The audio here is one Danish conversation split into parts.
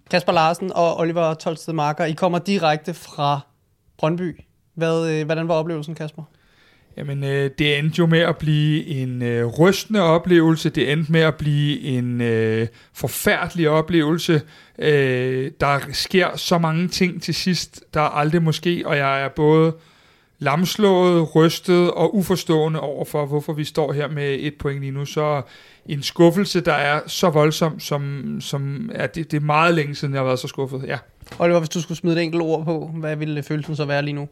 Kasper Larsen og Oliver Tolsted Marker, I kommer direkte fra Brøndby. Hvordan var oplevelsen, Kasper? Jamen, det endte jo med at blive en rystende oplevelse. Det endte med at blive en forfærdelig oplevelse. Der sker så mange ting til sidst, der aldrig måske, og jeg er både lamslået, rystet og uforstående over for, hvorfor vi står her med 1 point lige nu. Så en skuffelse, der er så voldsom, som det er meget længe siden, jeg har været så skuffet. Ja. Oliver, hvis du skulle smide et enkelt ord på, hvad ville følelsen så være lige nu?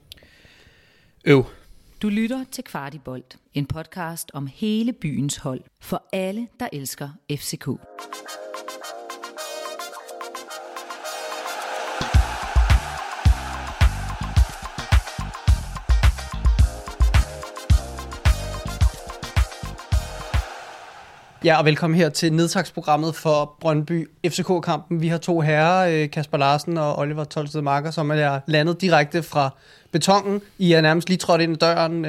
Du lytter til Kvartibolt, en podcast om hele byens hold, for alle, der elsker FCK. Ja, og velkommen her til nedtagsprogrammet for Brøndby FCK-kampen. Vi har 2 herrer, Kasper Larsen og Oliver Tolsted Marker, som er landet direkte fra betongen. I er nærmest lige trådt ind i døren.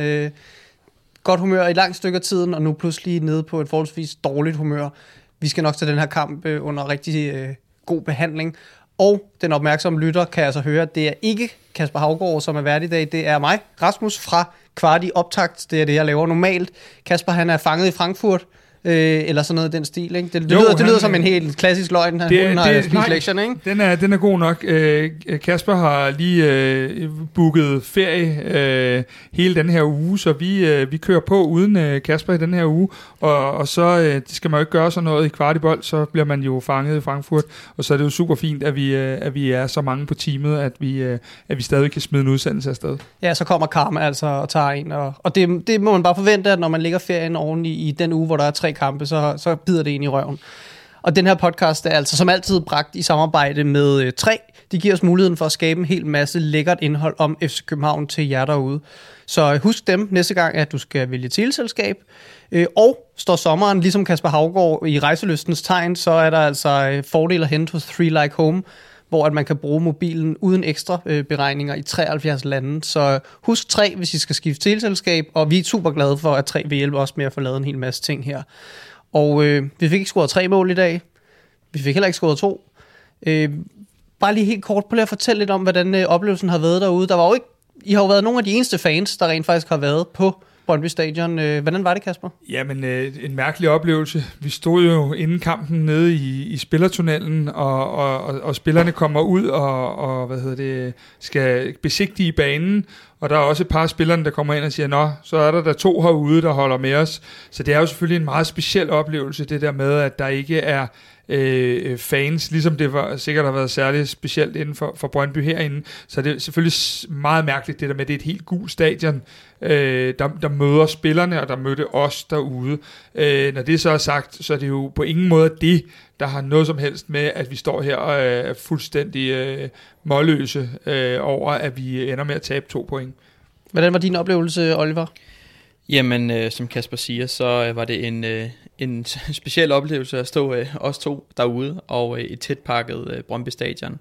Godt humør i et langt stykke af tiden, og nu pludselig nede på et forholdsvis dårligt humør. Vi skal nok tage den her kamp under rigtig god behandling. Og den opmærksomme lytter kan altså høre, at det er ikke Kasper Haugaard, som er vært i dag. Det er mig, Rasmus, fra Kvarti Optakt. Det er det, jeg laver normalt. Kasper, han er fanget i Frankfurt. Eller sådan noget i den stil, ikke? Det lyder som en helt klassisk løgn, hun har spist lektion, ikke? Den er god nok. Kasper har lige booket ferie hele den her uge, så vi kører på uden Kasper i den her uge, og så det skal man jo ikke gøre sådan noget i Kvartibolt, så bliver man jo fanget i Frankfurt, og så er det jo super fint, at vi er så mange på teamet, at vi stadig kan smide en udsendelse afsted. Ja, så kommer Karma altså og tager en, og det må man bare forvente, at når man lægger ferien oven i den uge, hvor der er 3 kampe, så bider det ind i røven. Og den her podcast er altså som altid bragt i samarbejde med 3. De giver os muligheden for at skabe en hel masse lækkert indhold om FC København til jer derude. Så husk dem næste gang, at du skal vælge teleselskab. Og står sommeren, ligesom Kasper Haugaard, i rejselystens tegn, så er der altså fordele at hente hos 3 Like Home, hvor at man kan bruge mobilen uden ekstra beregninger i 73 lande. Så husk 3, hvis I skal skifte teleselskab, og vi er super glade for, at 3 vil hjælpe os med at få lavet en hel masse ting her. Og vi fik ikke scoret 3 mål i dag. Vi fik heller ikke scoret 2. Bare lige helt kort, prøv at fortælle lidt om, hvordan oplevelsen har været derude. I har jo været nogle af de eneste fans, der rent faktisk har været på Brøndby Stadion. Hvordan var det, Kasper? Jamen, en mærkelig oplevelse. Vi stod jo inden kampen nede i spillertunnelen, og spillerne kommer ud og skal besigtige banen, og der er også et par spillere, der kommer ind og siger, nå, så er der 2 herude, der holder med os. Så det er jo selvfølgelig en meget speciel oplevelse, det der med, at der ikke er fans, ligesom det sikkert har været særligt specielt inden for Brøndby herinde, så det er selvfølgelig meget mærkeligt det der med, at det er et helt gult stadion, der møder spillerne, og der mødte os derude. Når det så er sagt, så er det jo på ingen måde det, der har noget som helst med, at vi står her og er fuldstændig målløse over, at vi ender med at tabe 2 point. Hvordan var din oplevelse, Oliver? Jamen, som Kasper siger, så var det en speciel oplevelse at stå os 2 derude og et tæt pakket Brøndby Stadion.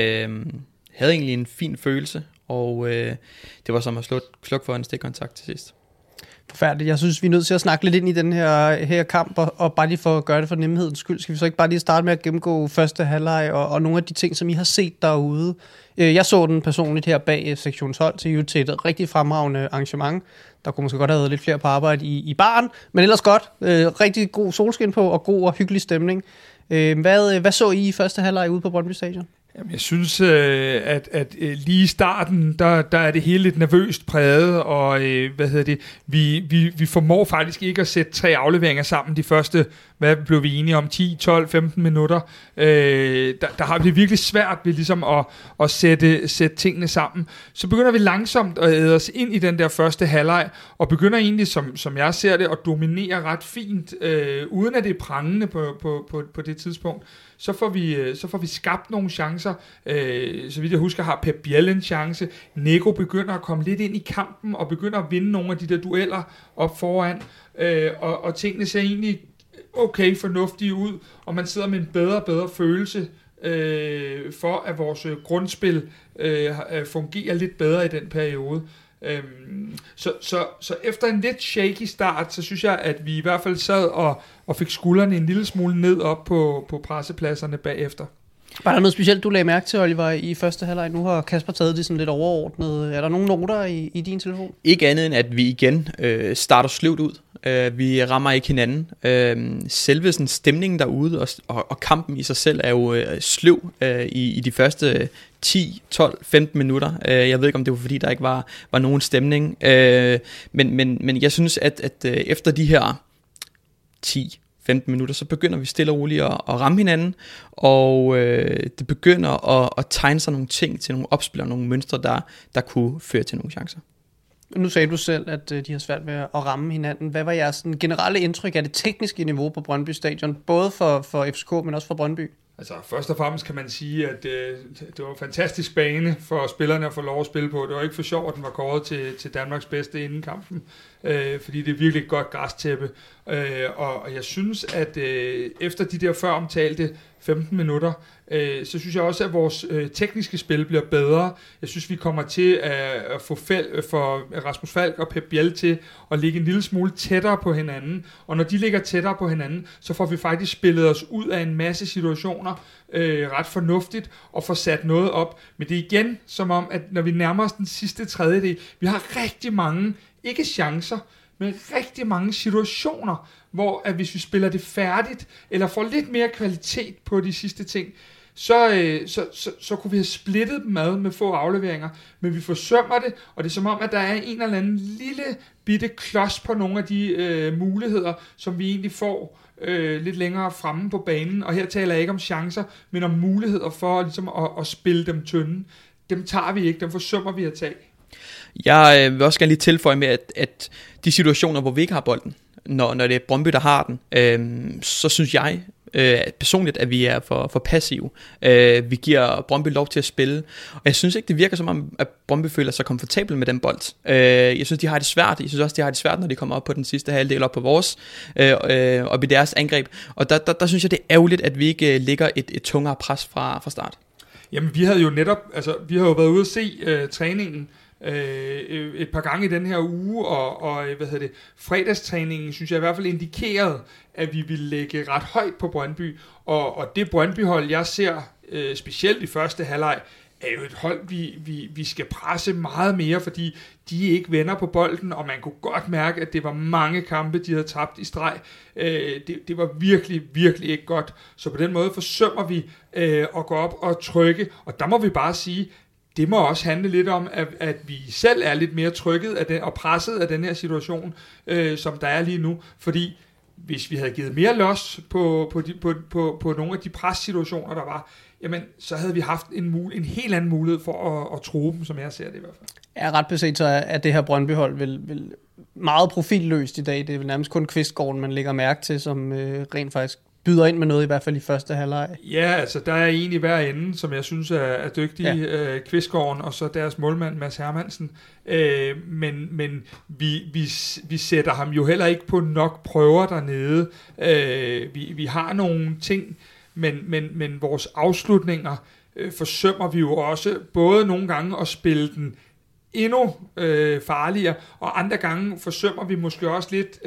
Havde egentlig en fin følelse, og det var som at slukke for en stikkontakt til sidst. Forfærdeligt. Jeg synes, vi er nødt til at snakke lidt ind i den her kamp, og bare lige for at gøre det for nemhedens skyld, skal vi så ikke bare lige starte med at gennemgå første halvleg og nogle af de ting, som I har set derude. Jeg så den personligt her bag sektions hold til et rigtig fremragende arrangement. Der kunne måske godt have været lidt flere på arbejde i baren, men ellers godt. Rigtig god solskin på, og god og hyggelig stemning. Hvad så I første halvleg ude på Brøndby Stadion? Jamen, jeg synes, at lige i starten, der er det hele lidt nervøst præget, og vi formår faktisk ikke at sætte 3 afleveringer sammen de første, hvad blev vi enige om, 10, 12, 15 minutter. Der har det virkelig svært ved ligesom at sætte tingene sammen. Så begynder vi langsomt at æde os ind i den der første halvleg, og begynder egentlig, som jeg ser det, at dominere ret fint, uden at det er prangende på det tidspunkt. Så får vi skabt nogle chancer. Så vidt jeg husker, har Pep Biel en chance. Nego begynder at komme lidt ind i kampen, og begynder at vinde nogle af de der dueller op foran. Og tingene ser egentlig okay fornuftige ud, og man sidder med en bedre følelse for, at vores grundspil fungerer lidt bedre i den periode. Så efter en lidt shaky start, så synes jeg, at vi i hvert fald sad og fik skuldrene en lille smule ned op på pressepladserne bagefter. Var der noget specielt, du lagde mærke til, Oliver, i første halvleg? Nu har Kasper taget det sådan lidt overordnet. Er der nogle noter i din telefon? Ikke andet end, at vi igen starter sløvt ud. Vi rammer ikke hinanden. Selve sådan stemningen derude og kampen i sig selv er jo sløv i de første 10, 12, 15 minutter. Jeg ved ikke, om det var fordi, der ikke var nogen stemning. Men jeg synes, at efter de her 10-15 minutter, så begynder vi stille og roligt at ramme hinanden, og det begynder at tegne sig nogle ting til nogle opspil og nogle mønstre, der kunne føre til nogle chancer. Nu sagde du selv, at de har svært ved at ramme hinanden. Hvad var jeres sådan generelle indtryk af det tekniske niveau på Brøndby Stadion, både for FCK, men også for Brøndby? Altså først og fremmest kan man sige, at det var en fantastisk bane for spillerne at få lov at spille på. Det var ikke for sjovt, at den var kåret til Danmarks bedste inden kampen, fordi det er virkelig et godt græstæppe. Og jeg synes, at efter de der før omtalte 15 minutter, så synes jeg også, at vores tekniske spil bliver bedre. Jeg synes, vi kommer til at få for Rasmus Falk og Pep Biel til at ligge en lille smule tættere på hinanden. Og når de ligger tættere på hinanden, så får vi faktisk spillet os ud af en masse situationer ret fornuftigt og får sat noget op. Men det er igen som om, at når vi nærmer os den sidste tredjedel, vi har rigtig mange, ikke chancer, men rigtig mange situationer, hvor at hvis vi spiller det færdigt, eller får lidt mere kvalitet på de sidste ting, så kunne vi have splittet dem ad med få afleveringer, men vi forsømmer det, og det er som om, at der er en eller anden lille bitte klods på nogle af de muligheder, som vi egentlig får lidt længere fremme på banen, og her taler jeg ikke om chancer, men om muligheder for ligesom at spille dem tynde. Dem tager vi ikke, dem forsømmer vi at tage. Jeg vil også gerne lige tilføje med, at de situationer, hvor vi ikke har bolden, når det er Brøndby, der har den, så synes jeg personligt, at vi er for passive. Vi giver Brøndby lov til at spille, og jeg synes ikke, det virker som om, at Brøndby føler sig komfortabel med den bold. Jeg synes, de har det svært. Jeg synes også, de har det svært, når de kommer op på den sidste halvdel, op på vores, op i deres angreb. Og der synes jeg, det er ærgerligt, at vi ikke lægger et tungere pres fra start. Jamen, vi havde jo netop, vi har jo været ude at se træningen et par gange i den her uge, og fredagstræningen synes jeg i hvert fald indikerede, at vi ville lægge ret højt på Brøndby, og det Brøndby-hold, jeg ser specielt i første halvleg, er jo et hold, vi skal presse meget mere, fordi de ikke vender på bolden, og man kunne godt mærke, at det var mange kampe, de havde tabt i streg. Det var virkelig, virkelig ikke godt. Så på den måde forsømmer vi at gå op og trykke, og der må vi bare sige, det må også handle lidt om, at vi selv er lidt mere trykket af den, og presset af den her situation, som der er lige nu. Fordi hvis vi havde givet mere los på nogle af de pressituationer, der var, jamen, så havde vi haft en helt anden mulighed for at true dem, som jeg ser det i hvert fald. Ja, ret beset så at det her Brøndby-hold vil meget profilløst i dag. Det er vel nærmest kun Kvistgården, man lægger mærke til, som rent faktisk byder ind med noget, i hvert fald i første halvleg. Ja, altså der er en i hver ende, som jeg synes er dygtig, ja. Kvistgården, og så deres målmand, Mads Hermansen. Men vi sætter ham jo heller ikke på nok prøver dernede. Vi har nogle ting, men vores afslutninger forsømmer vi jo også, både nogle gange at spille den endnu farligere, og andre gange forsømmer vi måske også lidt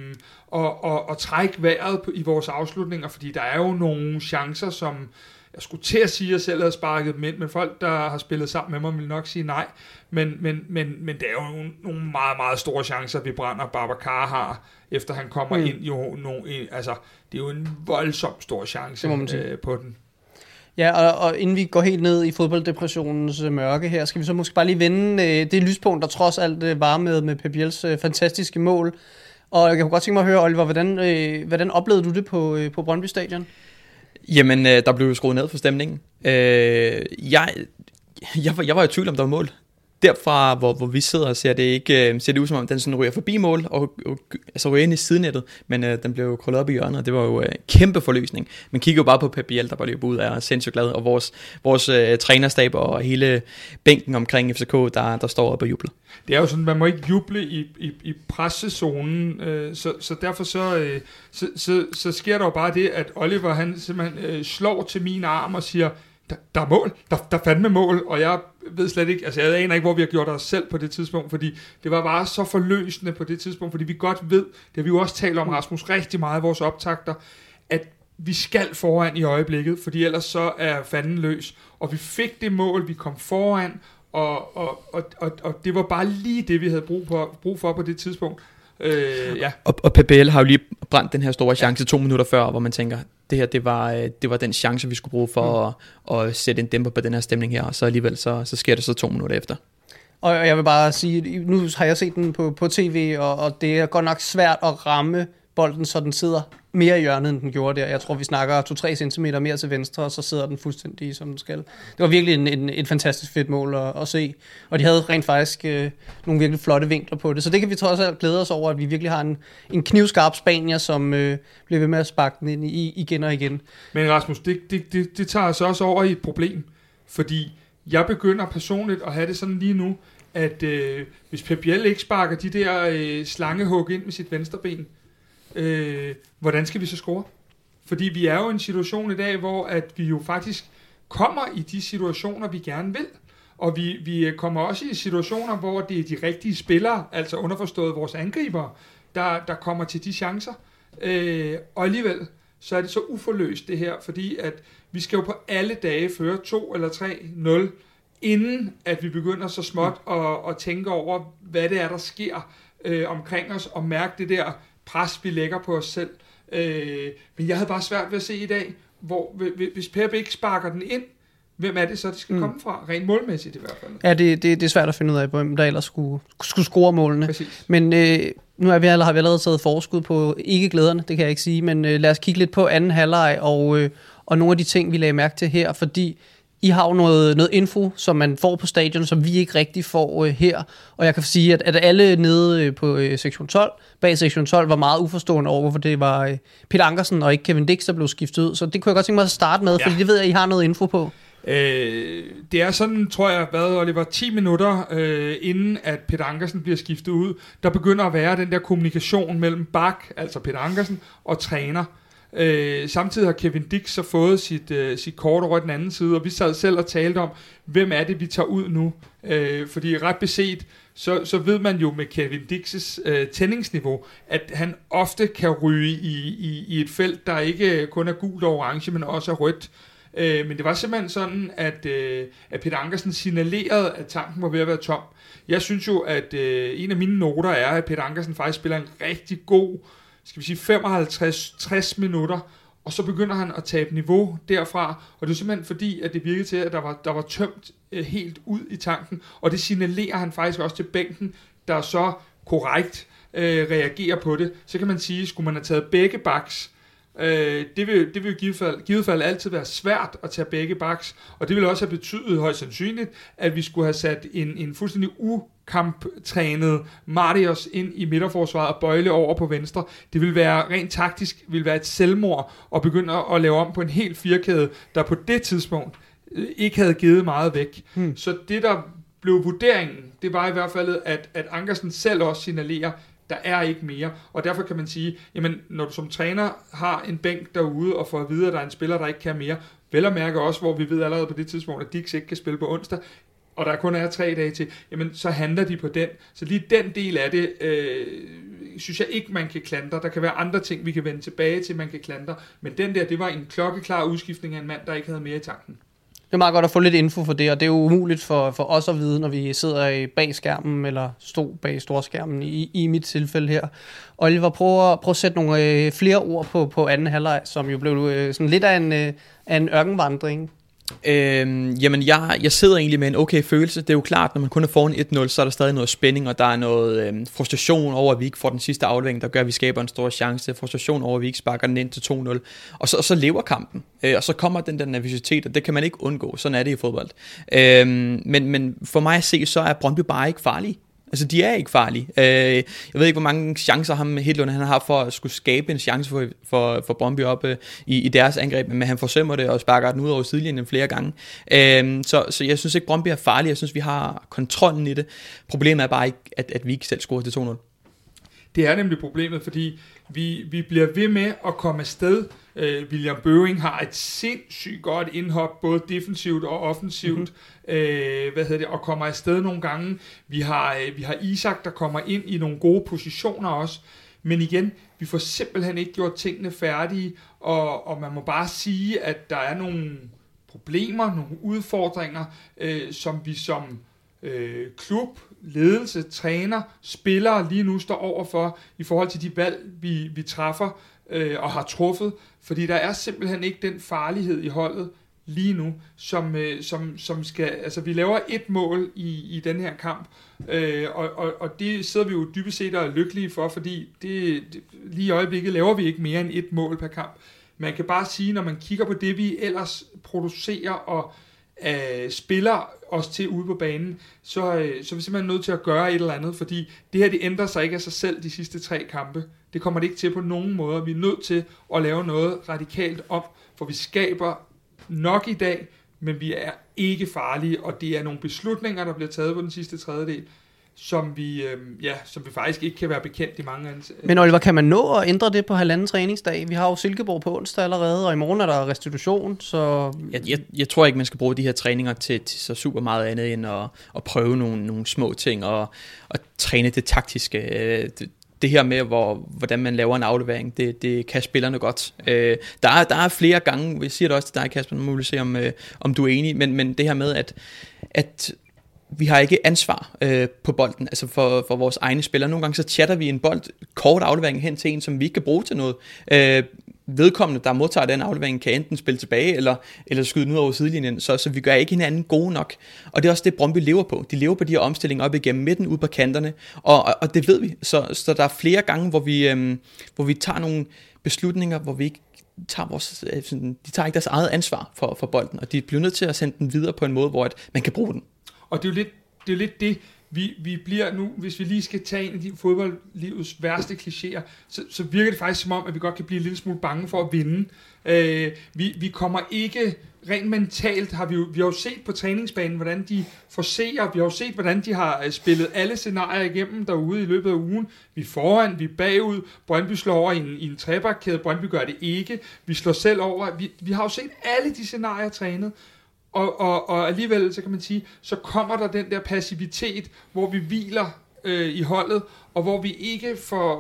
at trække vejret i vores afslutninger, fordi der er jo nogle chancer, som jeg skulle til at sige, at jeg selv havde sparket dem ind, men folk, der har spillet sammen med mig, vil nok sige nej. Men det er jo nogle meget, meget store chancer, vi brænder. Babacar har, efter han kommer ind. Det er jo en voldsomt stor chance på den. Ja, og inden vi går helt ned i fodbolddepressionens mørke her, skal vi så måske bare lige vende det lyspunkt, der trods alt var med Pep Biels fantastiske mål. Og jeg kunne godt tænke mig at høre, Oliver, hvordan oplevede du det på Brøndby Stadion? Jamen, der blev jo skruet ned for stemningen. Jeg var i tvivl om, der var mål. Derfra, hvor vi sidder, ser det ud som om, den sådan ryger forbi mål, og altså ryger ind i sidenettet, men den blev jo krøllet op i hjørnet, og det var jo kæmpe forløsning. Man kigger jo bare på Pep Biel, der bare løber ud og er sindssygt glad, og vores trænerstab og hele bænken omkring FCK, der står op og jubler. Det er jo sådan, man må ikke juble i pressezonen, så derfor så sker der jo bare det, at Oliver han simpelthen slår til min arm og siger, der er mål, der fandme mål, og jeg ved slet ikke, altså jeg aner ikke, hvor vi har gjort os selv på det tidspunkt, fordi det var bare så forløsende på det tidspunkt, fordi vi godt ved, det har vi jo også talt om, Rasmus, rigtig meget i vores optakter, at vi skal foran i øjeblikket, fordi ellers så er fanden løs. Og vi fik det mål, vi kom foran, og det var bare lige det, vi havde brug for på det tidspunkt. Ja. Og PBL har jo lige brændt den her store chance 2 minutter før, hvor man tænker, det her, det var den chance, vi skulle bruge for at sætte en dæmper på den her stemning her, og så alligevel så sker det så 2 minutter efter. Og jeg vil bare sige, nu har jeg set den på tv, og det er godt nok svært at ramme bolden, så den sidder mere i hjørnet, end den gjorde der. Jeg tror, vi snakker 2-3 centimeter mere til venstre, og så sidder den fuldstændig, som den skal. Det var virkelig et fantastisk fedt mål at se. Og de havde rent faktisk nogle virkelig flotte vinkler på det. Så det kan vi trods alt glæde os over, at vi virkelig har en knivskarp spanier, som bliver ved med at sparke den ind igen og igen. Men Rasmus, det tager os også over i et problem. Fordi jeg begynder personligt at have det sådan lige nu, at hvis Pep Biel ikke sparker de der slangehug ind med sit venstre ben, hvordan skal vi så score? Fordi vi er jo i en situation i dag, hvor at vi jo faktisk kommer i de situationer, vi gerne vil. Og vi kommer også i situationer, hvor det er de rigtige spillere, altså underforstået vores angribere, der kommer til de chancer. Og alligevel, så er det så uforløst det her, fordi at vi skal jo på alle dage føre 2 eller 3-0, inden at vi begynder så småt at tænke over, hvad det er, der sker omkring os, og mærke det der pres, vi lægger på os selv. Men jeg havde bare svært ved at se i dag, hvor hvis Pep ikke sparker den ind, hvem er det så, det skal komme fra? Rent målmæssigt i hvert fald. Ja, det er svært at finde ud af, hvem der ellers skulle score målene. Præcis. Men nu har vi allerede taget forskud på ikke glæderne, det kan jeg ikke sige, men lad os kigge lidt på anden halvleg og nogle af de ting, vi lagde mærke til her, fordi I har jo noget info, som man får på stadion, som vi ikke rigtig får her. Og jeg kan sige, at alle nede på sektion 12, bag sektion 12, var meget uforstående over, hvorfor det var Peter Ankersen og ikke Kevin Dix, der blev skiftet ud. Så det kunne jeg godt tænke mig at starte med, fordi det ved jeg, I har noget info på. Det er sådan, tror jeg, Oliver, 10 minutter inden at Peter Ankersen bliver skiftet ud, der begynder at være den der kommunikation mellem Bak, altså Peter Ankersen, og træner. Samtidig har Kevin Dix så fået sit kort over den anden side, og vi sad selv og talte om, hvem er det, vi tager ud nu? Fordi ret beset, så ved man jo med Kevin Dix's tændingsniveau, at han ofte kan ryge i et felt, der ikke kun er gult og orange, men også er rødt. Men det var simpelthen sådan, at Peter Ankersen signalerede, at tanken var ved at være tom. Jeg synes jo, at en af mine noter er, at Peter Ankersen faktisk spiller en rigtig god, skal vi sige 55-60 minutter, og så begynder han at tabe niveau derfra, og det er simpelthen fordi, at det virkede til, at der var tømt helt ud i tanken, og det signalerer han faktisk også til bænken, der så korrekt reagerer på det. Så kan man sige, skulle man have taget begge backs, det vil i givet fald altid være svært at tage begge backs, og det vil også have betydet højst sandsynligt, at vi skulle have sat en fuldstændig ukamptrænet Marius ind i midterforsvaret og Bøjle over på venstre. Det vil være rent taktisk, vil være et selvmord at begynde at lave om på en helt firkæde, der på det tidspunkt ikke havde givet meget væk. Så det der blev vurderingen, det var i hvert fald, at Ankersen selv også signalerer, der er ikke mere, og derfor kan man sige, jamen, når du som træner har en bænk derude, og får at vide, at der er en spiller, der ikke kan mere, vel at mærke også, hvor vi ved allerede på det tidspunkt, at Dix ikke kan spille på onsdag, og der kun er 3 dage til, jamen, så handler de på den. Så lige den del af det, synes jeg ikke, man kan klandre. Der kan være andre ting, vi kan vende tilbage til, man kan klandre, men den der, det var en klokkeklar udskiftning af en mand, der ikke havde mere i tanken. Det er meget godt at få lidt info for det, og det er jo umuligt for os at vide, når vi sidder bag skærmen, eller stod bag storskærmen i mit tilfælde her. Oliver, prøv at sætte nogle flere ord på anden halvleg, som jo blev sådan lidt af en ørkenvandring. Jamen jeg sidder egentlig med en okay følelse. Det er jo klart, når man kun er foran 1-0, så er der stadig noget spænding, og der er noget frustration over, at vi ikke får den sidste aflevering, der gør, at vi skaber en stor chance. Frustration over, at vi ikke sparker den ind til 2-0. Og så lever kampen, og så kommer den der nervøsitet, og det kan man ikke undgå. Sådan er det i fodbold. Men for mig at se, så er Brøndby bare ikke farlige. Altså, de er ikke farlige. Jeg ved ikke, hvor mange chancer ham Hedlund han har for at skulle skabe en chance for Brøndby op i deres angreb, men han forsømmer det og sparker den ud over sidelinjen flere gange. Så jeg synes ikke, Brøndby er farlige. Jeg synes, vi har kontrollen i det. Problemet er bare ikke, at vi ikke selv scorer til 2-0. Det er nemlig problemet, fordi vi bliver ved med at komme afsted. William Bøving har et sindssygt godt indhop, både defensivt og offensivt, og kommer afsted nogle gange. Vi har Isak, der kommer ind i nogle gode positioner også, Men igen, vi får simpelthen ikke gjort tingene færdige, og man må bare sige, at der er nogle problemer, nogle udfordringer, som vi som klub, ledelse, træner, spillere lige nu står overfor i forhold til de valg, vi træffer og har truffet, fordi der er simpelthen ikke den farlighed i holdet lige nu, som skal, altså vi laver 1 mål i den her kamp, og det sidder vi jo dybest set og er lykkelige for, fordi lige i øjeblikket laver vi ikke mere end 1 mål per kamp. Man kan bare sige, når man kigger på det, vi ellers producerer og spiller os til ude på banen, så er vi simpelthen nødt til at gøre et eller andet, fordi det her, det ændrer sig ikke af sig selv de sidste 3 kampe. Det kommer det ikke til på nogen måde. Vi er nødt til at lave noget radikalt om, for vi skaber nok i dag, men vi er ikke farlige, og det er nogle beslutninger, der bliver taget på den sidste tredjedel, som vi faktisk ikke kan være bekendt i mange af. Men Oliver, kan man nå at ændre det på 1,5 træningsdag? Vi har jo Silkeborg på onsdag allerede, og i morgen er der restitution, så... Jeg tror ikke, man skal bruge de her træninger til så super meget andet, end at prøve nogle små ting, og træne det taktiske. Det her med, hvordan man laver en aflevering, det kan spillerne godt. Der er flere gange, jeg siger det også til dig, Kasper, nu må vi se, om du er enig, men det her med, at vi har ikke ansvar på bolden, altså for vores egne spillere. Nogle gange så chatter vi en bold, kort aflevering hen til en, som vi ikke kan bruge til noget. Vedkommende, der modtager den aflevering, kan enten spille tilbage, eller skyde den ud over sidelinjen, så vi gør ikke hinanden gode nok. Og det er også det, Brøndby lever på. De lever på de her omstillinger op igennem midten, ud på kanterne, og det ved vi. Så der er flere gange, hvor vi tager nogle beslutninger, hvor vi ikke tager de tager ikke deres eget ansvar for bolden, og de bliver nødt til at sende den videre på en måde, hvor man kan bruge den. Og det er jo lidt det, vi bliver nu, hvis vi lige skal tage en af de fodboldlivets værste klichéer, så virker det faktisk som om, at vi godt kan blive en lille smule bange for at vinde. Vi kommer ikke, rent mentalt har vi har jo set på træningsbanen, hvordan de forcerer, vi har jo set, hvordan de har spillet alle scenarier igennem derude i løbet af ugen. Vi er foran, vi er bagud, Brøndby slår over i en trebakkæde, Brøndby gør det ikke, vi slår selv over, vi har jo set alle de scenarier trænet. Og alligevel, så kan man sige, så kommer der den der passivitet, hvor vi hviler i holdet, og hvor vi ikke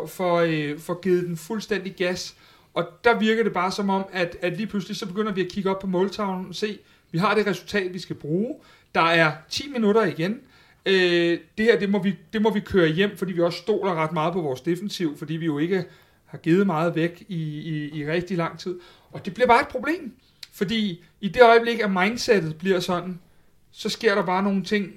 får givet den fuldstændig gas. Og der virker det bare som om, at lige pludselig, så begynder vi at kigge op på måltavlen og se, vi har det resultat, vi skal bruge. Der er 10 minutter igen. Det her, det må vi køre hjem, fordi vi også stoler ret meget på vores defensiv, fordi vi jo ikke har givet meget væk i rigtig lang tid. Og det bliver bare et problem. Fordi i det øjeblik, at mindsetet bliver sådan, så sker der bare nogle ting,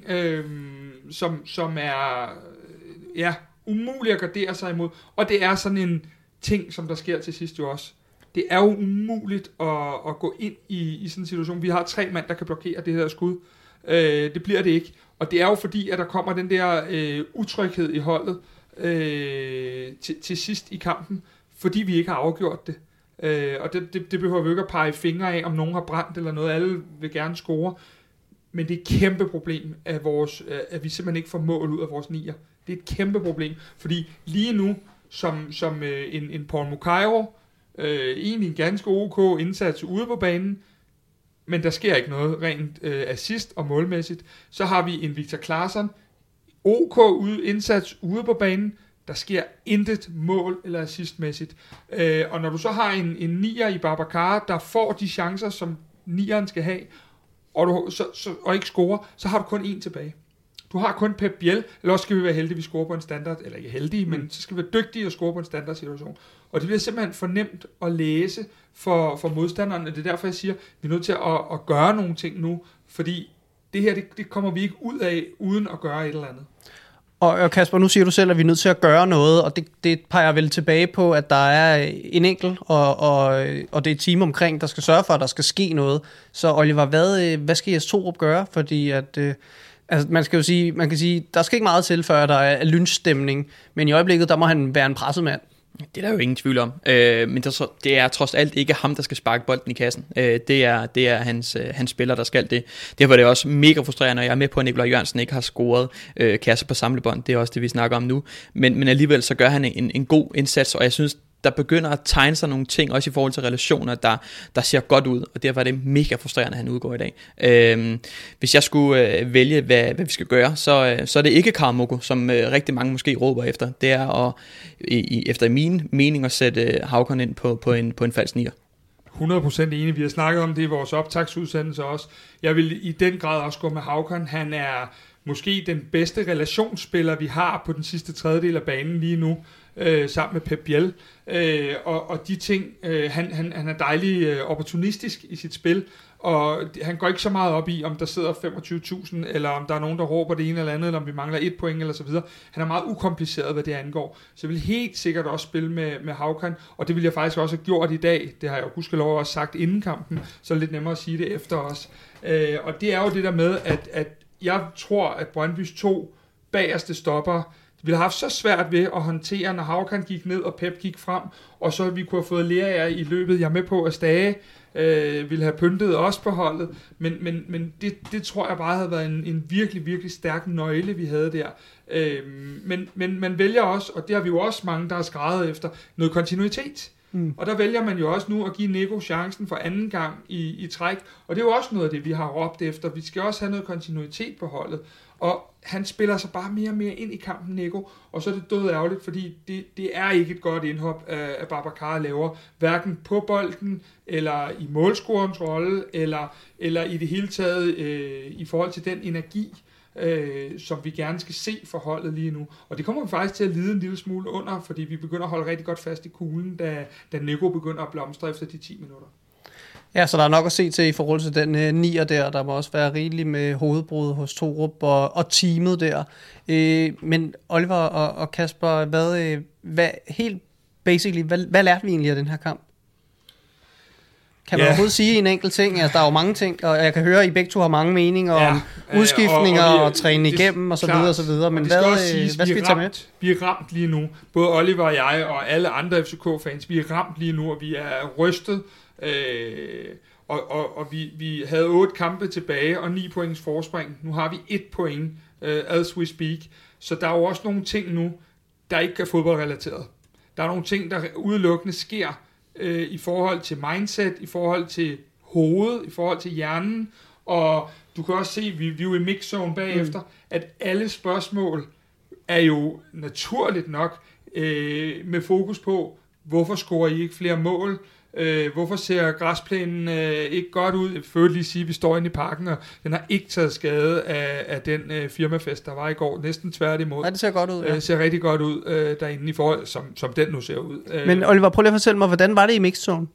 som er umuligt at gardere sig imod. Og det er sådan en ting, som der sker til sidst jo også. Det er jo umuligt at gå ind i sådan en situation. Vi har 3 mand, der kan blokere det her skud. Det bliver det ikke. Og det er jo fordi, at der kommer den der utryghed i holdet til sidst i kampen, fordi vi ikke har afgjort det. Og det behøver vi ikke at pege fingre af, om nogen har brændt eller noget. Alle vil gerne score. Men det er et kæmpe problem, at vi simpelthen ikke får mål ud af vores nier. Det er et kæmpe problem, fordi lige nu, som en Paul Mukairo, egentlig en ganske ok indsats ude på banen, men der sker ikke noget rent assist og målmæssigt. Så har vi en Victor Claesson, ok indsats ude på banen, der sker intet mål eller assistmæssigt. Og når du så har en nier i Babacar, der får de chancer, som nieren skal have, og ikke scorer, så har du kun én tilbage. Du har kun Pep Biel, eller også skal vi være heldige, at vi scorer på en standard, eller ikke heldige, men så skal vi være dygtige at score på en standardsituation. Og det bliver simpelthen for nemt at læse for modstanderne. Det er derfor, jeg siger, at vi er nødt til at gøre nogle ting nu, fordi det her, det kommer vi ikke ud af, uden at gøre et eller andet. Og Kasper, nu siger du selv, at vi er nødt til at gøre noget, og det peger vel tilbage på, at der er en enkelt, og det er et team omkring, der skal sørge for, at der skal ske noget. Så Oliver, hvad skal Jes Torup gøre? Fordi at, altså man kan sige, der skal ikke meget til, før der er lynstemning, men i øjeblikket, der må han være en presset mand. Det er der jo ingen tvivl om, men det er trods alt ikke ham, der skal sparke bolden i kassen. Det er hans spiller, der skal det. Derfor er det også mega frustrerende, og jeg er med på, at Nikolaj Jørgensen ikke har scoret kasser på samlebånd. Det er også det, vi snakker om nu. Men alligevel så gør han en god indsats, og jeg synes, der begynder at tegne sig nogle ting, også i forhold til relationer, der ser godt ud, og derfor er det mega frustrerende, at han udgår i dag. Hvis jeg skulle vælge, hvad vi skal gøre, så er det ikke Karamoko, som rigtig mange måske råber efter. Det er efter min mening at sætte Haukan ind på en falsk nier. 100% enig. Vi har snakket om det i vores optagsudsendelse også. Jeg vil i den grad også gå med Haukan. Han er måske den bedste relationsspiller, vi har på den sidste tredjedel af banen lige nu, sammen med Pep Biel. Og de ting, han er dejlig opportunistisk i sit spil, og han går ikke så meget op i, om der sidder 25.000, eller om der er nogen, der råber det ene eller andet, eller om vi mangler 1 point, eller så videre. Han er meget ukompliceret, hvad det angår. Så jeg vil helt sikkert også spille med Haukan, og det vil jeg faktisk også have gjort i dag. Det har jeg jo gudskelov også sagt inden kampen, så er det lidt nemmere at sige det efter os. Og det er jo det der med, at jeg tror, at Brøndbys 2 bagerste stopper ville have haft så svært ved at håndtere, når Haukan gik ned, og Pep gik frem, og så vi kunne have fået Lerager i løbet. Jeg er med på, at Stage ville have pyntet også på holdet, men det tror jeg bare havde været en virkelig, virkelig stærk nøgle, vi havde der. Men man vælger også, og det har vi jo også mange, der har skreget efter, noget kontinuitet. Og der vælger man jo også nu at give Nico chancen for anden gang i træk, og det er jo også noget af det, vi har råbt efter. Vi skal også have noget kontinuitet på holdet, og han spiller sig bare mere og mere ind i kampen, Nico, og så er det død ærgerligt, fordi det er ikke et godt indhop af Babacar laver, hverken på bolden, eller i målscorerens rolle, eller i det hele taget i forhold til den energi, som vi gerne skal se for holdet lige nu. Og det kommer vi faktisk til at lide en lille smule under, fordi vi begynder at holde rigtig godt fast i kuglen, da Nico begynder at blomstre efter de 10 minutter. Ja, så der er nok at se til i forhold til den nier der. Der må også være rigeligt med hovedbrud hos Torup og teamet der. Men Oliver og Kasper, hvad helt basically, hvad lærte vi egentlig af den her kamp? Kan man overhovedet sige en enkelt ting? Altså, der er jo mange ting, og jeg kan høre, at I begge to har mange meninger om udskiftninger og træne igennem og så videre og så videre. Men hvad skal vi tage med? Vi er ramt lige nu. Både Oliver og jeg og alle andre FCK-fans, vi er ramt lige nu, og vi er rystet. Og vi havde 8 kampe tilbage og 9 points forspring. Nu har vi 1 point, as we speak. Så der er jo også nogle ting nu, der ikke er fodboldrelateret. Der er nogle ting, der udelukkende sker i forhold til mindset, i forhold til hovedet, i forhold til hjernen. Og du kan også se, vi er jo i mixzone bagefter, at alle spørgsmål er jo naturligt nok med fokus på, hvorfor scorer I ikke flere mål? Hvorfor ser græsplænen ikke godt ud? Jeg vil lige sige, at vi står inde i parken, og den har ikke taget skade af den firmafest, der var i går. Næsten tværtimod. Ja, det ser godt ud. Ja. Det ser rigtig godt ud derinde i forhold, som den nu ser ud. Men Oliver, prøv lige at fortælle mig, hvordan var det i mixzone?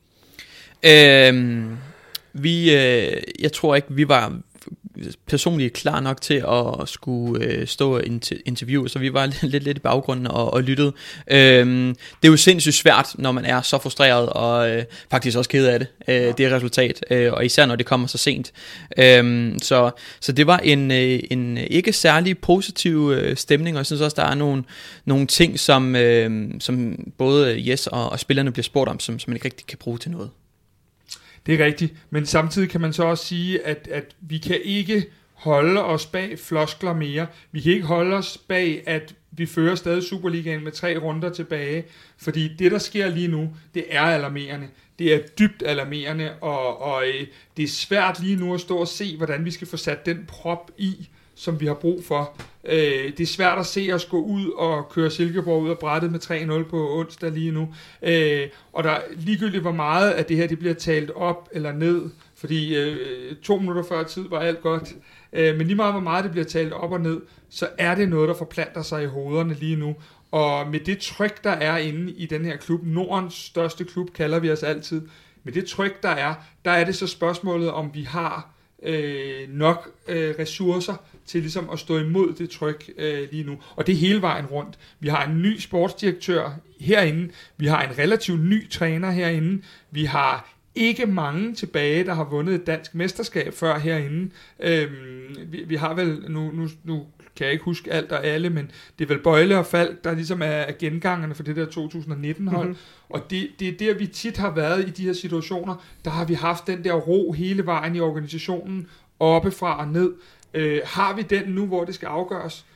Jeg tror ikke, vi var personligt klar nok til at skulle stå og interviewe, så vi var lidt i baggrunden og lyttede. Det er jo sindssygt svært, når man er så frustreret og faktisk også ked af det, det resultat, og især når det kommer så sent. Så det var en ikke særlig positiv stemning, og jeg synes også, der er nogle ting, som både Jes og spillerne bliver spurgt om, som man ikke rigtig kan bruge til noget. Det er rigtigt, men samtidig kan man så også sige, at vi kan ikke holde os bag floskler mere. Vi kan ikke holde os bag, at vi fører stadig Superligaen med 3 runder tilbage, fordi det, der sker lige nu, det er alarmerende. Det er dybt alarmerende, og det er svært lige nu at stå og se, hvordan vi skal få sat den prop i, som vi har brug for. Det er svært at se os gå ud og køre Silkeborg ud af brættet med 3-0 på onsdag lige nu. Og der ligegyldigt hvor meget af det her, det bliver talt op eller ned, fordi 2 minutter før tid var alt godt. Men lige meget hvor meget det bliver talt op og ned, så er det noget, der forplanter sig i hovederne lige nu. Og med det tryk, der er inde i den her klub, Nordens største klub kalder vi os altid, med det tryk, der er det så spørgsmålet, om vi har nok ressourcer til ligesom at stå imod det tryk lige nu. Og det er hele vejen rundt. Vi har en ny sportsdirektør herinde. Vi har en relativt ny træner herinde. Vi har ikke mange tilbage, der har vundet et dansk mesterskab før herinde. Vi har vel, nu kan jeg ikke huske alt og alle, men det er vel Bøjle og Falk, der ligesom er gengangerne for det der 2019-hold. Mm-hmm. Og det er der, vi tit har været i de her situationer. Der har vi haft den der ro hele vejen i organisationen, oppefra og ned. Har vi den nu, hvor det skal afgøres?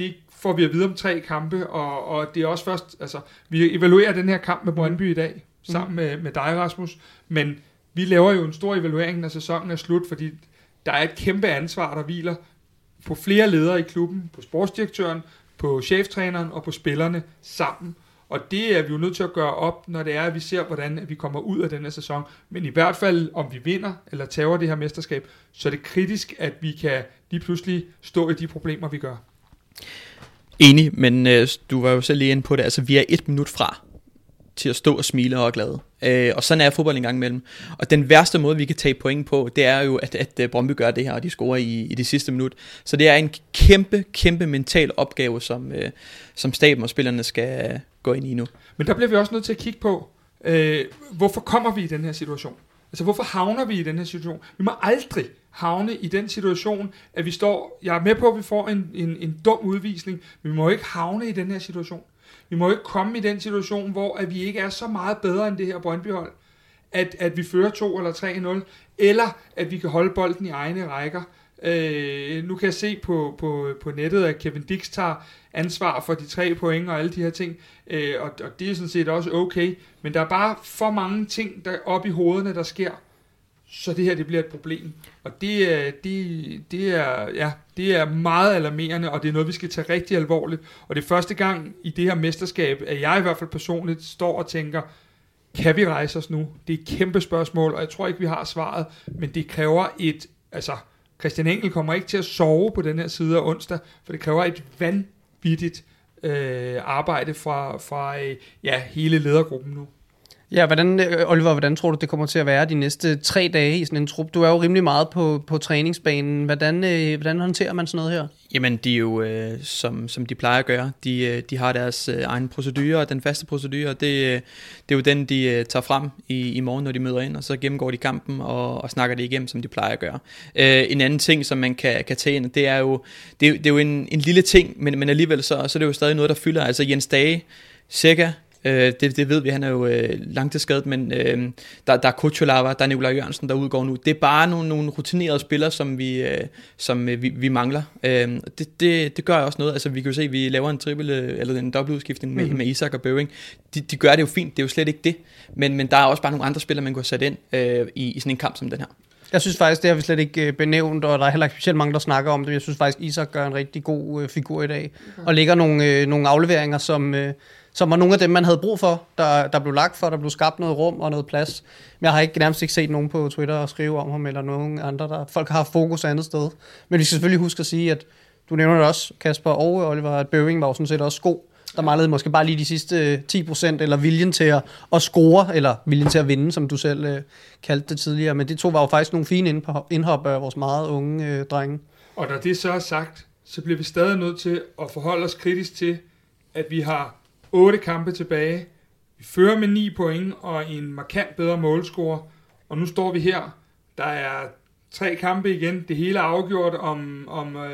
det får vi at vide om 3 kampe, og det er også først, altså, vi evaluerer den her kamp med Brøndby i dag, sammen med dig, Rasmus, men vi laver jo en stor evaluering, når sæsonen er slut, fordi der er et kæmpe ansvar, der hviler på flere ledere i klubben, på sportsdirektøren, på cheftræneren og på spillerne sammen. Og det er vi jo nødt til at gøre op, når det er, at vi ser, hvordan vi kommer ud af den her sæson. Men i hvert fald, om vi vinder eller tager det her mesterskab, så er det kritisk, at vi kan lige pludselig stå i de problemer, vi gør. Enig, men du var jo selv lige inde på det. Altså, vi er 1 minut fra til at stå og smile og er glade. Og sådan er fodbold en gang imellem. Og den værste måde, vi kan tage point på, det er jo, at Brøndby gør det her, og de scorer i det sidste minut. Så det er en kæmpe mental opgave, som staben og spillerne skal gå ind i nu. Men der bliver vi også nødt til at kigge på, hvorfor kommer vi i den her situation? Altså, hvorfor havner vi i den her situation? Vi må aldrig havne i den situation, at vi står... Jeg er med på, at vi får en dum udvisning, men vi må ikke havne i den her situation. Vi må ikke komme i den situation, hvor at vi ikke er så meget bedre end det her Brøndby-hold, at vi fører 2 eller 3-0, eller at vi kan holde bolden i egne rækker. Nu kan jeg se på nettet, at Kevin Dix tager ansvar for de 3 point og alle de her ting, og det er sådan set også okay, men der er bare for mange ting der op i hovederne, der sker, så det her det bliver et problem. Og det er meget alarmerende, og det er noget, vi skal tage rigtig alvorligt. Og det er første gang i det her mesterskab, at jeg i hvert fald personligt står og tænker, kan vi rejse os nu? Det er et kæmpe spørgsmål, og jeg tror ikke, vi har svaret, men det kræver Christian Engel kommer ikke til at sove på den her side af onsdag, for det kræver et vanvittigt arbejde fra hele ledergruppen nu. Ja, Oliver, hvordan tror du, det kommer til at være de næste 3 dage i sådan en trup? Du er jo rimelig meget på træningsbanen. Hvordan håndterer man sådan noget her? Jamen, de er jo, som de plejer at gøre. De har deres egen procedure, og den faste procedure, det er jo den, de tager frem i morgen, når de møder ind, og så gennemgår de kampen og snakker det igennem, som de plejer at gøre. En anden ting, som man kan tage ind, det er jo en lille ting, men alligevel så er det jo stadig noget, der fylder. Altså Jens Dage, cirka, det ved vi, han er jo langtidsskadet, men der er Kuchulava, der er Nikolaj Jørgensen, der udgår nu. Det er bare nogle rutinerede spillere, som vi mangler. Det gør også noget. Altså vi kan jo se, at vi laver en triple eller en dobbeltudskiftning med Isak og Bøving. De gør det jo fint, det er jo slet ikke det. Men der er også bare nogle andre spillere, man kunne sætte ind i sådan en kamp som den her. Jeg synes faktisk, det har vi slet ikke benævnt, og der er heller ikke specielt mange, der snakker om det. Jeg synes faktisk, Isak gør en rigtig god figur i dag, og lægger nogle afleveringer, som var nogle af dem, man havde brug for, der blev lagt for, der blev skabt noget rum og noget plads. Men jeg har nærmest ikke set nogen på Twitter og skrive om ham, eller nogen andre, folk har haft fokus andet sted. Men vi skal selvfølgelig huske at sige, at du nævner det også, Kasper og Oliver, at Bøving var jo sådan set også god. Der manglede måske bare lige de sidste 10%, eller viljen til at score, eller viljen til at vinde, som du selv kaldte det tidligere. Men de 2 var jo faktisk nogle fine indhop af vores meget unge drenge. Og når det så er sagt, så bliver vi stadig nødt til at forholde os kritisk til, at vi har 8 kampe tilbage. Vi fører med 9 point og en markant bedre målscore. Og nu står vi her. Der er 3 kampe igen. Det hele er afgjort om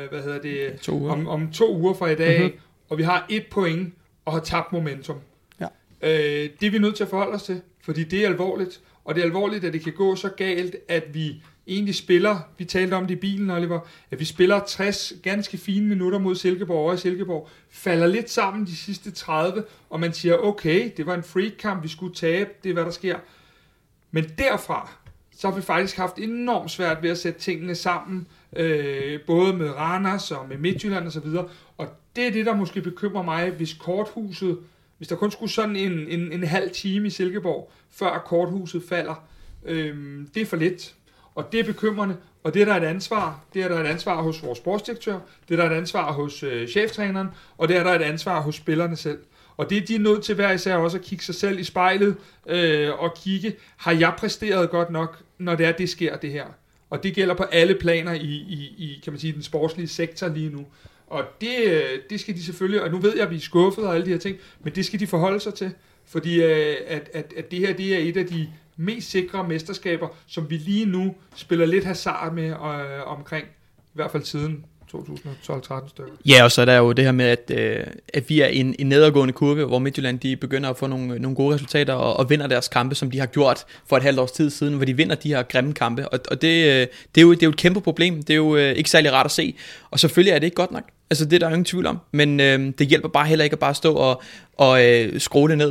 2 uger fra i dag. Mm-hmm. Og vi har 1 point og har tabt momentum. Ja. Det er vi nødt til at forholde os til, fordi det er alvorligt. Og det er alvorligt, at det kan gå så galt, at vi egentlig spiller, vi talte om det i bilen, Oliver, at vi spiller 60 ganske fine minutter mod Silkeborg, og Silkeborg falder lidt sammen de sidste 30, og man siger, okay, det var en freak-kamp, vi skulle tabe, det er hvad der sker. Men derfra, så har vi faktisk haft enormt svært ved at sætte tingene sammen, både med Randers og med Midtjylland og så videre, og det er det, der måske bekymrer mig, hvis der kun skulle sådan en halv time i Silkeborg, før korthuset falder, det er for lidt. Og det er bekymrende, og det er der et ansvar. Det er der et ansvar hos vores sportsdirektør, det er der et ansvar hos cheftræneren, og det er der et ansvar hos spillerne selv. Og det er de nødt til hver især også at kigge sig selv i spejlet og kigge, har jeg præsteret godt nok, når det sker det her? Og det gælder på alle planer i kan man sige, den sportslige sektor lige nu. Og det skal de selvfølgelig, og nu ved jeg, at vi er skuffet og alle de her ting, men det skal de forholde sig til, fordi at det her det er et af de mest sikre mesterskaber, som vi lige nu spiller lidt hasard med omkring, i hvert fald siden 2012-13 stykker. Ja, og så er der jo det her med, at vi er i en nedadgående kurve, hvor Midtjylland de begynder at få nogle gode resultater og vinder deres kampe, som de har gjort for et halvt års tid siden, hvor de vinder de her grimme kampe. Og det er jo et kæmpe problem. Det er jo ikke særlig rart at se. Og selvfølgelig er det ikke godt nok. Altså det er der ingen tvivl om, men det hjælper bare heller ikke at bare stå og skrue det ned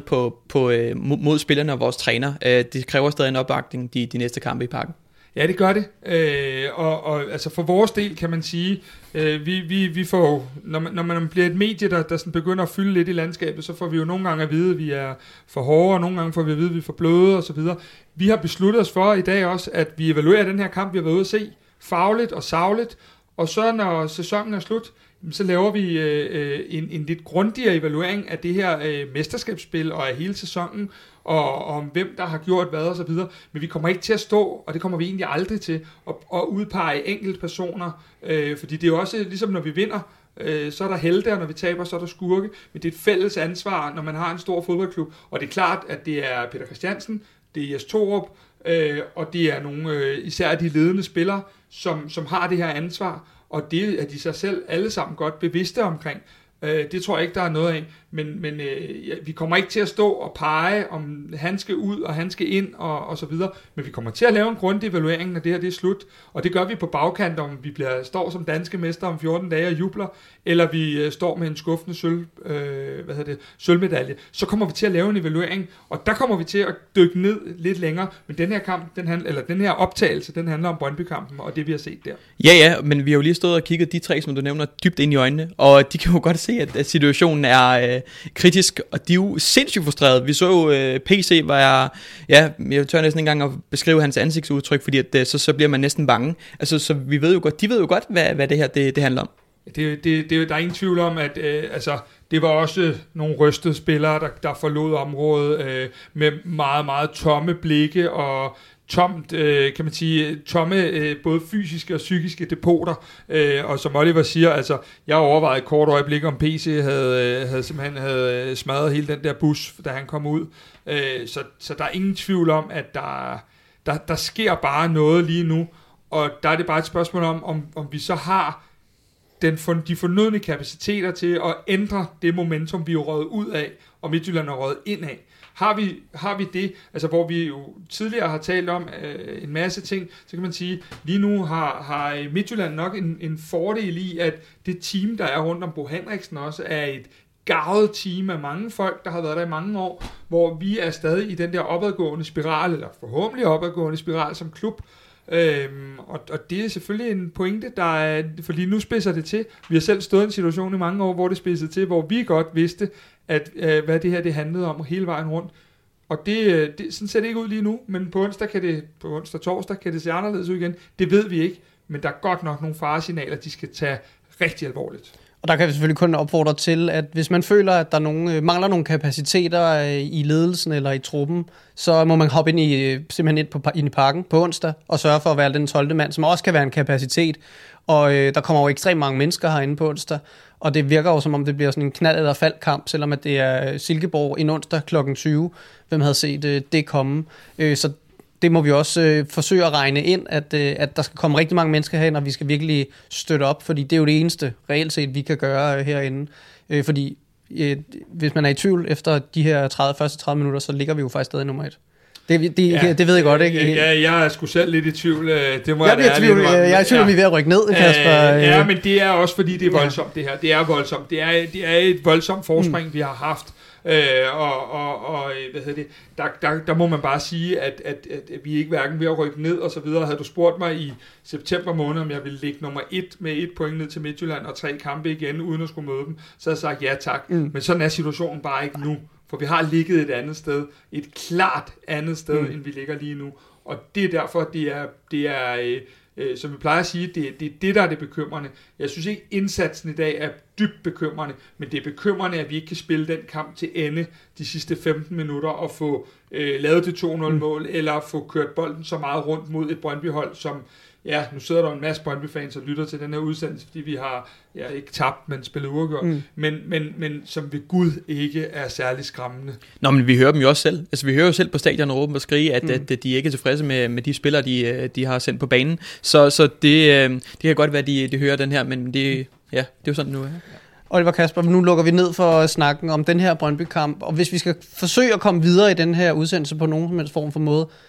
mod spillerne og vores træner. Det kræver stadig en opbakning de næste kampe i Parken. Ja, det gør det. Og altså for vores del kan man sige, vi får, når man bliver et medie, der sådan begynder at fylde lidt i landskabet, så får vi jo nogle gange at vide, at vi er for hårde, og nogle gange får vi at vide, at vi er for bløde osv. Vi har besluttet os for i dag også, at vi evaluerer den her kamp, vi har været ude at se, fagligt og sagligt, og så når sæsonen er slut, så laver vi en lidt grundigere evaluering af det her mesterskabsspil og af hele sæsonen, og om hvem der har gjort hvad og så videre. Men vi kommer ikke til at stå, og det kommer vi egentlig aldrig til, at udpege enkelte personer, fordi det er jo også ligesom når vi vinder, så er der helte, og når vi taber, så er der skurke, men det er et fælles ansvar, når man har en stor fodboldklub, og det er klart, at det er Peter Christiansen, det er Jes Torup, og det er nogle, især de ledende spillere, som har det her ansvar, og det er de sig selv alle sammen godt bevidste omkring. Det tror jeg ikke, der er noget af, men vi kommer ikke til at stå og pege, om han skal ud, og han skal ind, og så videre, men vi kommer til at lave en grundig evaluering, når det her det er slut, og det gør vi på bagkant, om vi står som danske mester om 14 dage og jubler, eller vi står med en skuffende sølvmedalje, så kommer vi til at lave en evaluering, og der kommer vi til at dykke ned lidt længere, men den her kamp, den her optagelse, den handler om Brøndby-kampen, og det vi har set der. Ja, men vi har jo lige stået og kigget de tre, som du nævner, dybt ind i øjnene, og de kan jo godt se, at situationen er kritisk, og de er jo sindssygt frustrerede. Vi så jo PC, jeg tør næsten ikke engang at beskrive hans ansigtsudtryk, fordi at, så bliver man næsten bange. Altså, så de ved jo godt, hvad det her det handler om. Der er ingen tvivl om, at det var også nogle rystede spillere, der forlod området med meget, meget tomme blikke og tomt, kan man sige, tomme både fysiske og psykiske depoter, og som Oliver siger, altså, jeg overvejede et kort øjeblik, om PC havde smadret hele den der bus, da han kom ud, så der er ingen tvivl om, at der sker bare noget lige nu, og der er det bare et spørgsmål om vi så har de fornødne kapaciteter til at ændre det momentum, vi er røget ud af, og Midtjylland er røget ind af. Har vi det, altså hvor vi jo tidligere har talt om en masse ting, så kan man sige, lige nu har Midtjylland nok en fordel i, at det team, der er rundt om Bo Henriksen også, er et garvet team af mange folk, der har været der i mange år, hvor vi er stadig i den der opadgående spiral, eller forhåbentlig opadgående spiral som klub, og det er selvfølgelig en pointe, for lige nu spidser det til. Vi har selv stået i en situation i mange år, hvor det spidsede til, hvor vi godt vidste, at hvad det her det handlede om hele vejen rundt. Og det sådan ser det ikke ud lige nu, men på onsdag torsdag kan det se anderledes ud igen. Det ved vi ikke, men der er godt nok nogle faresignaler, de skal tage rigtig alvorligt. Og der kan vi selvfølgelig kun opfordre til, at hvis man føler, at der mangler nogle kapaciteter i ledelsen eller i truppen, så må man hoppe simpelthen ind i Parken på onsdag og sørge for at være den 12. mand, som også kan være en kapacitet. Og der kommer jo ekstremt mange mennesker herinde på onsdag, og det virker jo som om det bliver sådan en knald- eller faldkamp, selvom at det er Silkeborg en onsdag kl. 20. Hvem havde set det komme? Så det må vi også forsøge at regne ind, at der skal komme rigtig mange mennesker herind, og vi skal virkelig støtte op, fordi det er jo det eneste reelt set, vi kan gøre herinde. Fordi hvis man er i tvivl efter de her første 30 minutter, så ligger vi jo faktisk stadig nummer 1. Det ved jeg godt, ikke? Ja, jeg er sgu selv lidt i tvivl. Det må jeg er i tvivl, om vi er ved at rykke ned, Kasper. Ja, men det er også fordi, det er voldsomt, det her. Det er voldsomt. Det er et voldsomt forspring, vi har haft. Hvad hedder det? Der må man bare sige, at vi ikke hverken ved at rykke ned og så videre. Havde du spurgt mig i september måned, om jeg ville ligge nummer 1 med 1 point ned til Midtjylland og 3 kampe igen, uden at skulle møde dem, så havde jeg sagt ja tak. Men sådan er situationen bare ikke nu. For vi har ligget et andet sted, et klart andet sted, end vi ligger lige nu. Og det er derfor, det er som vi plejer at sige, det er det, der er det bekymrende. Jeg synes ikke, indsatsen i dag er dybt bekymrende, men det er bekymrende, at vi ikke kan spille den kamp til ende de sidste 15 minutter og få lavet det 2-0-mål, eller få kørt bolden så meget rundt mod et Brøndby-hold, som, ja, nu sidder der en masse Brøndby-fans og lytter til den her udsendelse, fordi vi har ikke tabt, men spillet uafgjort, men som ved Gud ikke er særlig skræmmende. Nå, men vi hører dem jo også selv. Altså, vi hører jo selv på stadion råbe og skrige, at de ikke er tilfredse med de spillere, de har sendt på banen. Så det kan godt være, at de hører den her, men det er jo sådan nu. Ja. Oliver Kasper, nu lukker vi ned for snakken om den her Brøndby-kamp, og hvis vi skal forsøge at komme videre i den her udsendelse på nogen som helst form for måde,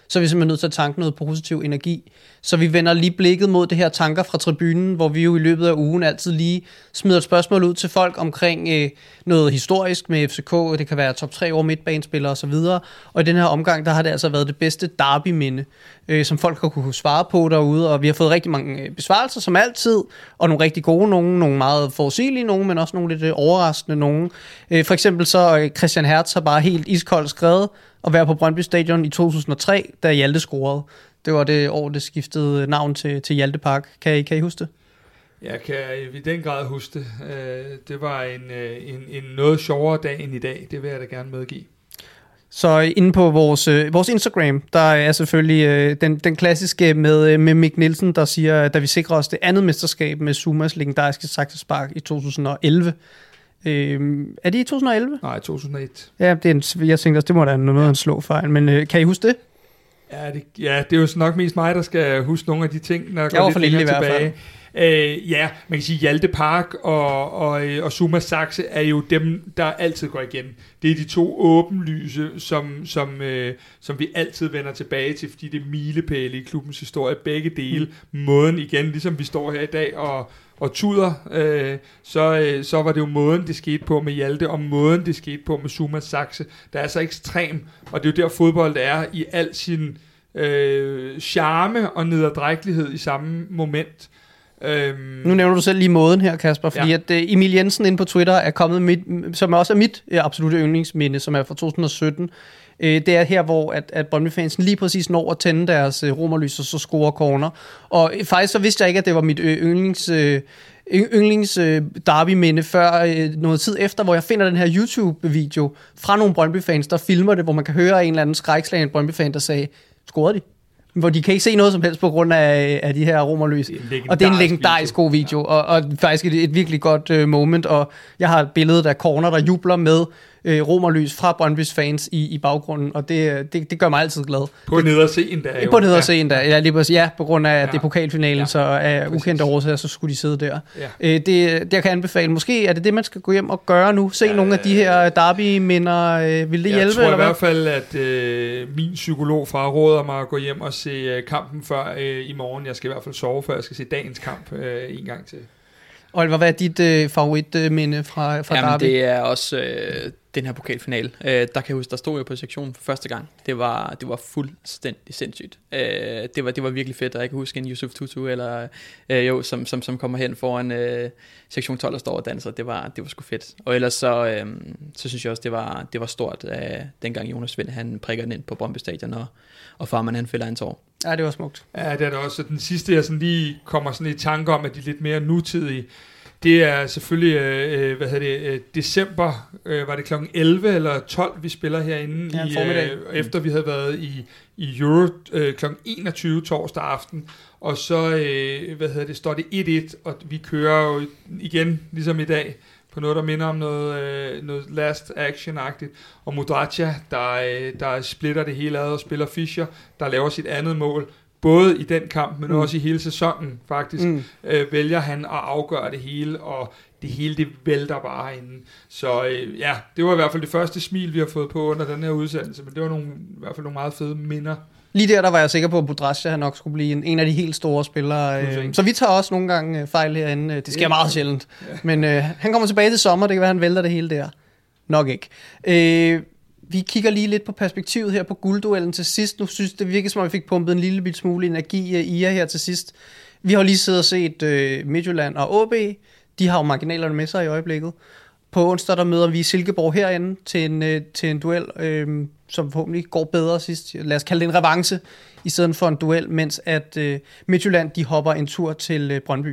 så er vi simpelthen nødt til at tanke noget positiv energi. Så vi vender lige blikket mod det her tanker fra tribunen, hvor vi jo i løbet af ugen altid lige smider et spørgsmål ud til folk omkring noget historisk med FCK. Det kan være top 3 over midtbanespillere osv. Og i den her omgang, der har det altså været det bedste derby-minde, som folk har kunne svare på derude. Og vi har fået rigtig mange besvarelser, som altid, og nogle rigtig gode nogle meget forudsigelige nogle, men også nogle lidt overraskende nogle. For eksempel så Christian Hertz har bare helt iskoldt skrevet at være på Brøndby Stadion i 2003, da Hjalte scorede. Det var det år, det skiftede navn til Hjalte Park. Kan I huske det? Jeg kan i den grad huske det. Det var en noget sjovere dag end i dag. Det vil jeg da gerne medgive. Så inde på vores Instagram, der er selvfølgelig den klassiske med Mick Nielsen, der siger, da vi sikrer os det andet mesterskab med Zumas legendariske saksespark i 2011. Er det i 2011? Nej, 2001. Ja, jeg tænkte også, det må da noget en slå fejl, men kan I huske det? Ja, det er jo nok mest mig, der skal huske nogle af de ting, når jeg går lidt længere tilbage. Ja, man kan sige, Hjalte Park og Zuma Saxe er jo dem, der altid går igen. Det er de to åbenlyse, som vi altid vender tilbage til, fordi det er milepæle i klubbens historie. Begge dele, måden igen, ligesom vi står her i dag og tuder, så var det jo måden, det skete på med Hjalte, og måden, det skete på med Zuma Saxe, der er så ekstrem, og det er jo der fodbold er i al sin charme og nederdrægtelighed i samme moment. Nu nævner du selv lige måden her, Kasper, fordi at Emil Jensen inde på Twitter er kommet som også er mit absolutte yndlingsminde, som er fra 2017. Det er her, hvor at Brøndby-fansen lige præcis når at tænde deres romerlys og så scorer corner. Og faktisk så vidste jeg ikke, at det var mit yndlings derby-minde før noget tid efter, hvor jeg finder den her YouTube-video fra nogle Brøndby-fans, der filmer det, hvor man kan høre en eller anden skrækslagen Brøndby-fan, der sagde, scorede de? Hvor de kan ikke se noget som helst på grund af de her romerlys. Og det er en legendarisk god video, og faktisk et virkelig godt moment, og jeg har et billede af corner, der jubler med romerlys fra Brøndbys fans i baggrunden, og det gør mig altid glad. På nederscenen der jo. På nederscenen der, ja, lige præcis, ja, på grund af det er pokalfinalen, så af ukendte årsager, så skulle de sidde der. Ja. Det jeg kan anbefale, måske er det, man skal gå hjem og gøre nu, se nogle af de her derby-minder, vil det hjælpe? Jeg tror eller i hvert fald, at min psykolog fraråder mig at gå hjem og se kampen før i morgen. Jeg skal i hvert fald sove, før jeg skal se dagens kamp en gang til. Oliver, hvad er dit favoritminde fra derby? Det er også den her pokalfinale. Der kan jeg huske, der stod jeg på sektionen for første gang. Det var fuldstændig sindssygt. Det var virkelig fedt, og jeg kan huske en Yusuf Tutu, eller som kommer hen foran sektion 12 og står og danser. Det var sgu fedt. Og ellers så synes jeg også, det var stort, dengang Jonas Vind, han prikker den ind på Brøndby Stadion, og Farman, han fælder en tår. Ja, det var smukt. Ja, det er det også. Den sidste, jeg sådan lige kommer sådan i tanke om, at de er lidt mere nutidige, det er selvfølgelig, december, var det klokken 11 eller 12, vi spiller herinde, efter vi havde været i Euro klokken 21 torsdag aften, og så, står det 1-1, og vi kører jo igen, ligesom i dag, på noget, der minder om noget last action-agtigt, og Mudratia, der splitter det hele ad og spiller Fischer, der laver sit andet mål, både i den kamp, men også i hele sæsonen faktisk, vælger han at afgøre det hele, og det hele, det vælter bare herinde. Så det var i hvert fald det første smil, vi har fået på under den her udsendelse, men det var i hvert fald nogle meget fede minder. Lige der var jeg sikker på, at Budrasja nok skulle blive en af de helt store spillere. Så vi tager også nogle gange fejl herinde. Det sker meget sjældent. Ja. Men han kommer tilbage til sommer, det kan være, han vælter det hele der. Nok ikke. Vi kigger lige lidt på perspektivet her på guldduellen til sidst. Nu synes det virker som om, vi fik pumpet en lille smule energi i jer her til sidst. Vi har lige siddet og set Midtjylland og AB. De har jo marginalerne med sig i øjeblikket. På onsdag der møder vi Silkeborg herinde til en duel, som forhåbentlig går bedre sidst. Lad os kalde det en revanche i stedet for en duel, mens at Midtjylland de hopper en tur til Brøndby.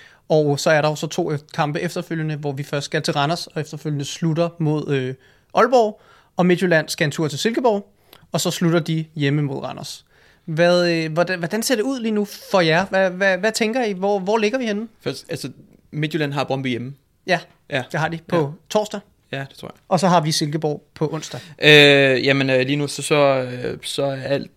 Og så er der jo så 2 kampe efterfølgende, hvor vi først skal til Randers, og efterfølgende slutter mod Aalborg, og Midtjylland skal en tur til Silkeborg, og så slutter de hjemme mod Randers. Hvordan ser det ud lige nu for jer? Hvad tænker I? Hvor ligger vi henne? Først, altså, Midtjylland har Brøndby hjemme. Ja, det har de på torsdag. Ja, det tror jeg. Og så har vi Silkeborg på onsdag. Lige nu så er alt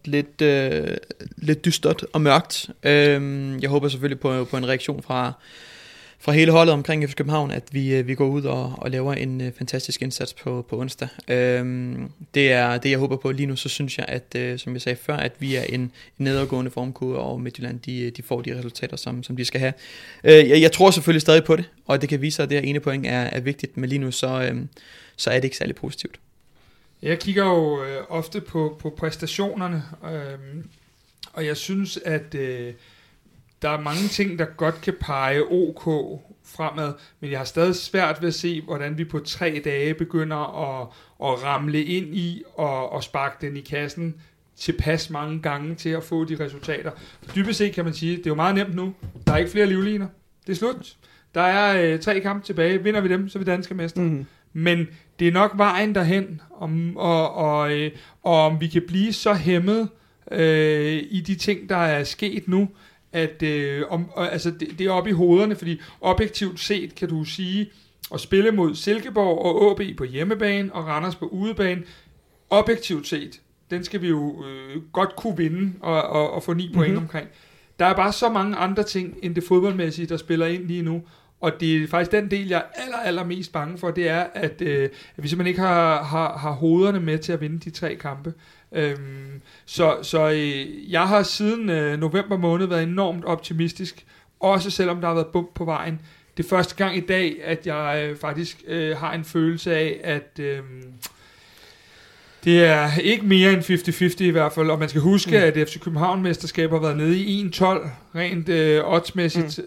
lidt dystert og mørkt. Jeg håber selvfølgelig på en reaktion fra fra hele holdet omkring FC København, at vi går ud og laver en fantastisk indsats på onsdag. Det er det, jeg håber på lige nu. Så synes jeg, at som jeg sagde før, at vi er en nedadgående formkurve, og Midtjylland de får de resultater, som de skal have. Jeg tror selvfølgelig stadig på det, og det kan vise sig, at det her ene point er vigtigt, men lige nu så er det ikke særlig positivt. Jeg kigger jo ofte på præstationerne, og jeg synes, at der er mange ting, der godt kan pege OK fremad, men jeg har stadig svært ved at se, hvordan vi på 3 dage begynder at ramle ind i og sparke den i kassen tilpas mange gange til at få de resultater. Dybest set kan man sige, det er jo meget nemt nu. Der er ikke flere livliner. Det er slut. Der er 3 kampe tilbage. Vinder vi dem, så er vi danske mestre. Mm. Men det er nok vejen derhen, og om vi kan blive så hæmmet i de ting, der er sket nu, at altså det er oppe i hovederne, fordi objektivt set kan du sige, at spille mod Silkeborg og AB på hjemmebane og Randers på udebane, objektivt set, den skal vi jo godt kunne vinde og få 9 point omkring. Der er bare så mange andre ting end det fodboldmæssige, der spiller ind lige nu. Og det er faktisk den del, jeg er allermest bange for, det er, at vi simpelthen ikke har hovederne med til at vinde de 3 kampe. Så jeg har siden november måned været enormt optimistisk, også selvom der har været bump på vejen. Det er første gang i dag, at jeg faktisk har en følelse af, at det er ikke mere end 50-50 i hvert fald, og man skal huske, at FC København-mesterskab har været nede i 1-12, rent oddsmæssigt.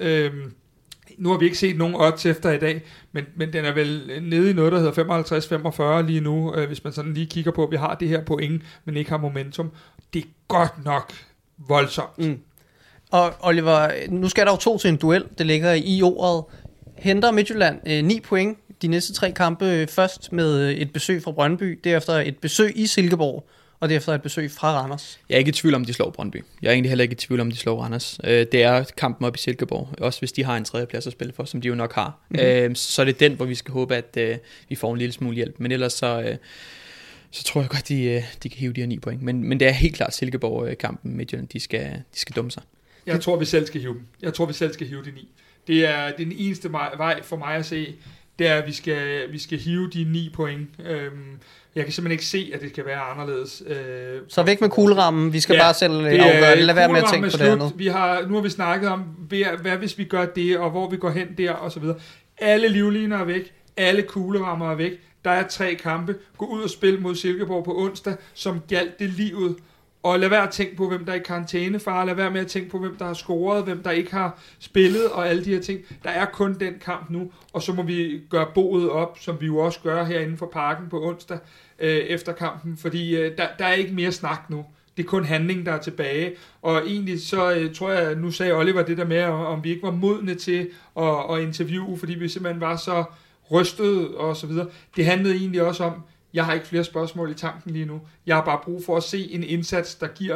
Nu har vi ikke set nogen odds efter i dag, men den er vel nede i noget, der hedder 55-45 lige nu, hvis man sådan lige kigger på, at vi har det her point, men ikke har momentum. Det er godt nok voldsomt. Mm. Og Oliver, nu skal der jo 2 til en duel, det ligger i ordet. Henter Midtjylland 9 point de næste 3 kampe, først med et besøg fra Brøndby, derefter et besøg i Silkeborg, og derefter et besøg fra Randers. Jeg er ikke i tvivl om, de slår Brøndby. Jeg er egentlig heller ikke i tvivl om, de slår Randers. Det er kampen op i Silkeborg, også hvis de har en 3. plads at spille for, som de jo nok har. Mm-hmm. Så er det den, hvor vi skal håbe, at vi får en lille smule hjælp. Men ellers så tror jeg godt, de kan hive de her 9 point. Men det er helt klart Silkeborg-kampen med de skal dumme sig. Jeg tror, vi selv skal hive dem. Jeg tror, vi selv skal hive de 9. Det er den eneste vej for mig at se, det er, at vi skal hive de 9 point. Jeg kan simpelthen ikke se, at det skal være anderledes. Så væk med kuglerammen. Vi skal bare selv afgøre det. Lad være med at tænke på det andet. Nu har vi snakket om, hvad hvis vi gør det, og hvor vi går hen der, og så videre. Alle livliner er væk. Alle kuglerammer er væk. Der er 3 kampe. Gå ud og spil mod Silkeborg på onsdag, som galt det livet. Og lad være at tænke på, hvem der er i karantænefare. Lad være med at tænke på, hvem der har scoret, hvem der ikke har spillet, og alle de her ting. Der er kun den kamp nu, og så må vi gøre boet op, som vi jo også gør herinde for parken på onsdag efter kampen. Fordi der er ikke mere snak nu. Det er kun handling, der er tilbage. Og egentlig så tror jeg, nu sagde Oliver det der med, om vi ikke var modne til at interviewe, fordi vi simpelthen var så rystede og så videre. Det handlede egentlig også om, jeg har ikke flere spørgsmål i tanken lige nu. Jeg har bare brug for at se en indsats, der giver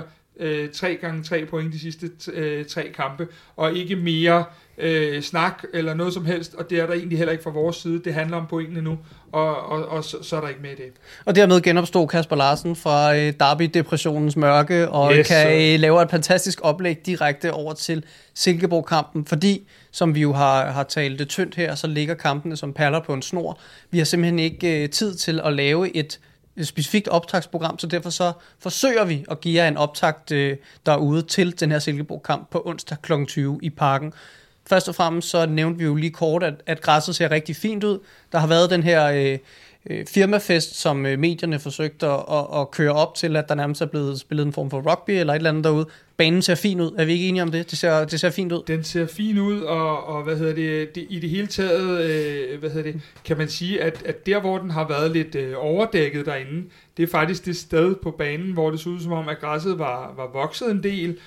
3x3 point de sidste 3 kampe, og ikke mere snak eller noget som helst, og det er der egentlig heller ikke fra vores side. Det handler om pointene nu, og så er der ikke mere i det. Og dermed genopstod Kasper Larsen fra Derby-depressionens mørke, og kan lave et fantastisk oplæg direkte over til Silkeborg-kampen, fordi, som vi jo har talt det tyndt her, så ligger kampene som perler på en snor. Vi har simpelthen ikke tid til at lave et specifikt optagsprogram, så derfor så forsøger vi at give jer en optakt derude til den her Silkeborg-kamp på onsdag kl. 20 i parken. Først og fremmest så nævnte vi jo lige kort, at græsset ser rigtig fint ud. Der har været den her firmafest, som medierne forsøgte at køre op til, at der nærmest er blevet spillet en form for rugby eller et eller andet derude. Banen ser fin ud. Er vi ikke enige om det? Det ser fint ud. Den ser fin ud, og i det hele taget, kan man sige, at der, hvor den har været lidt overdækket derinde, det er faktisk det sted på banen, hvor det så ud som om, at græsset var vokset en del,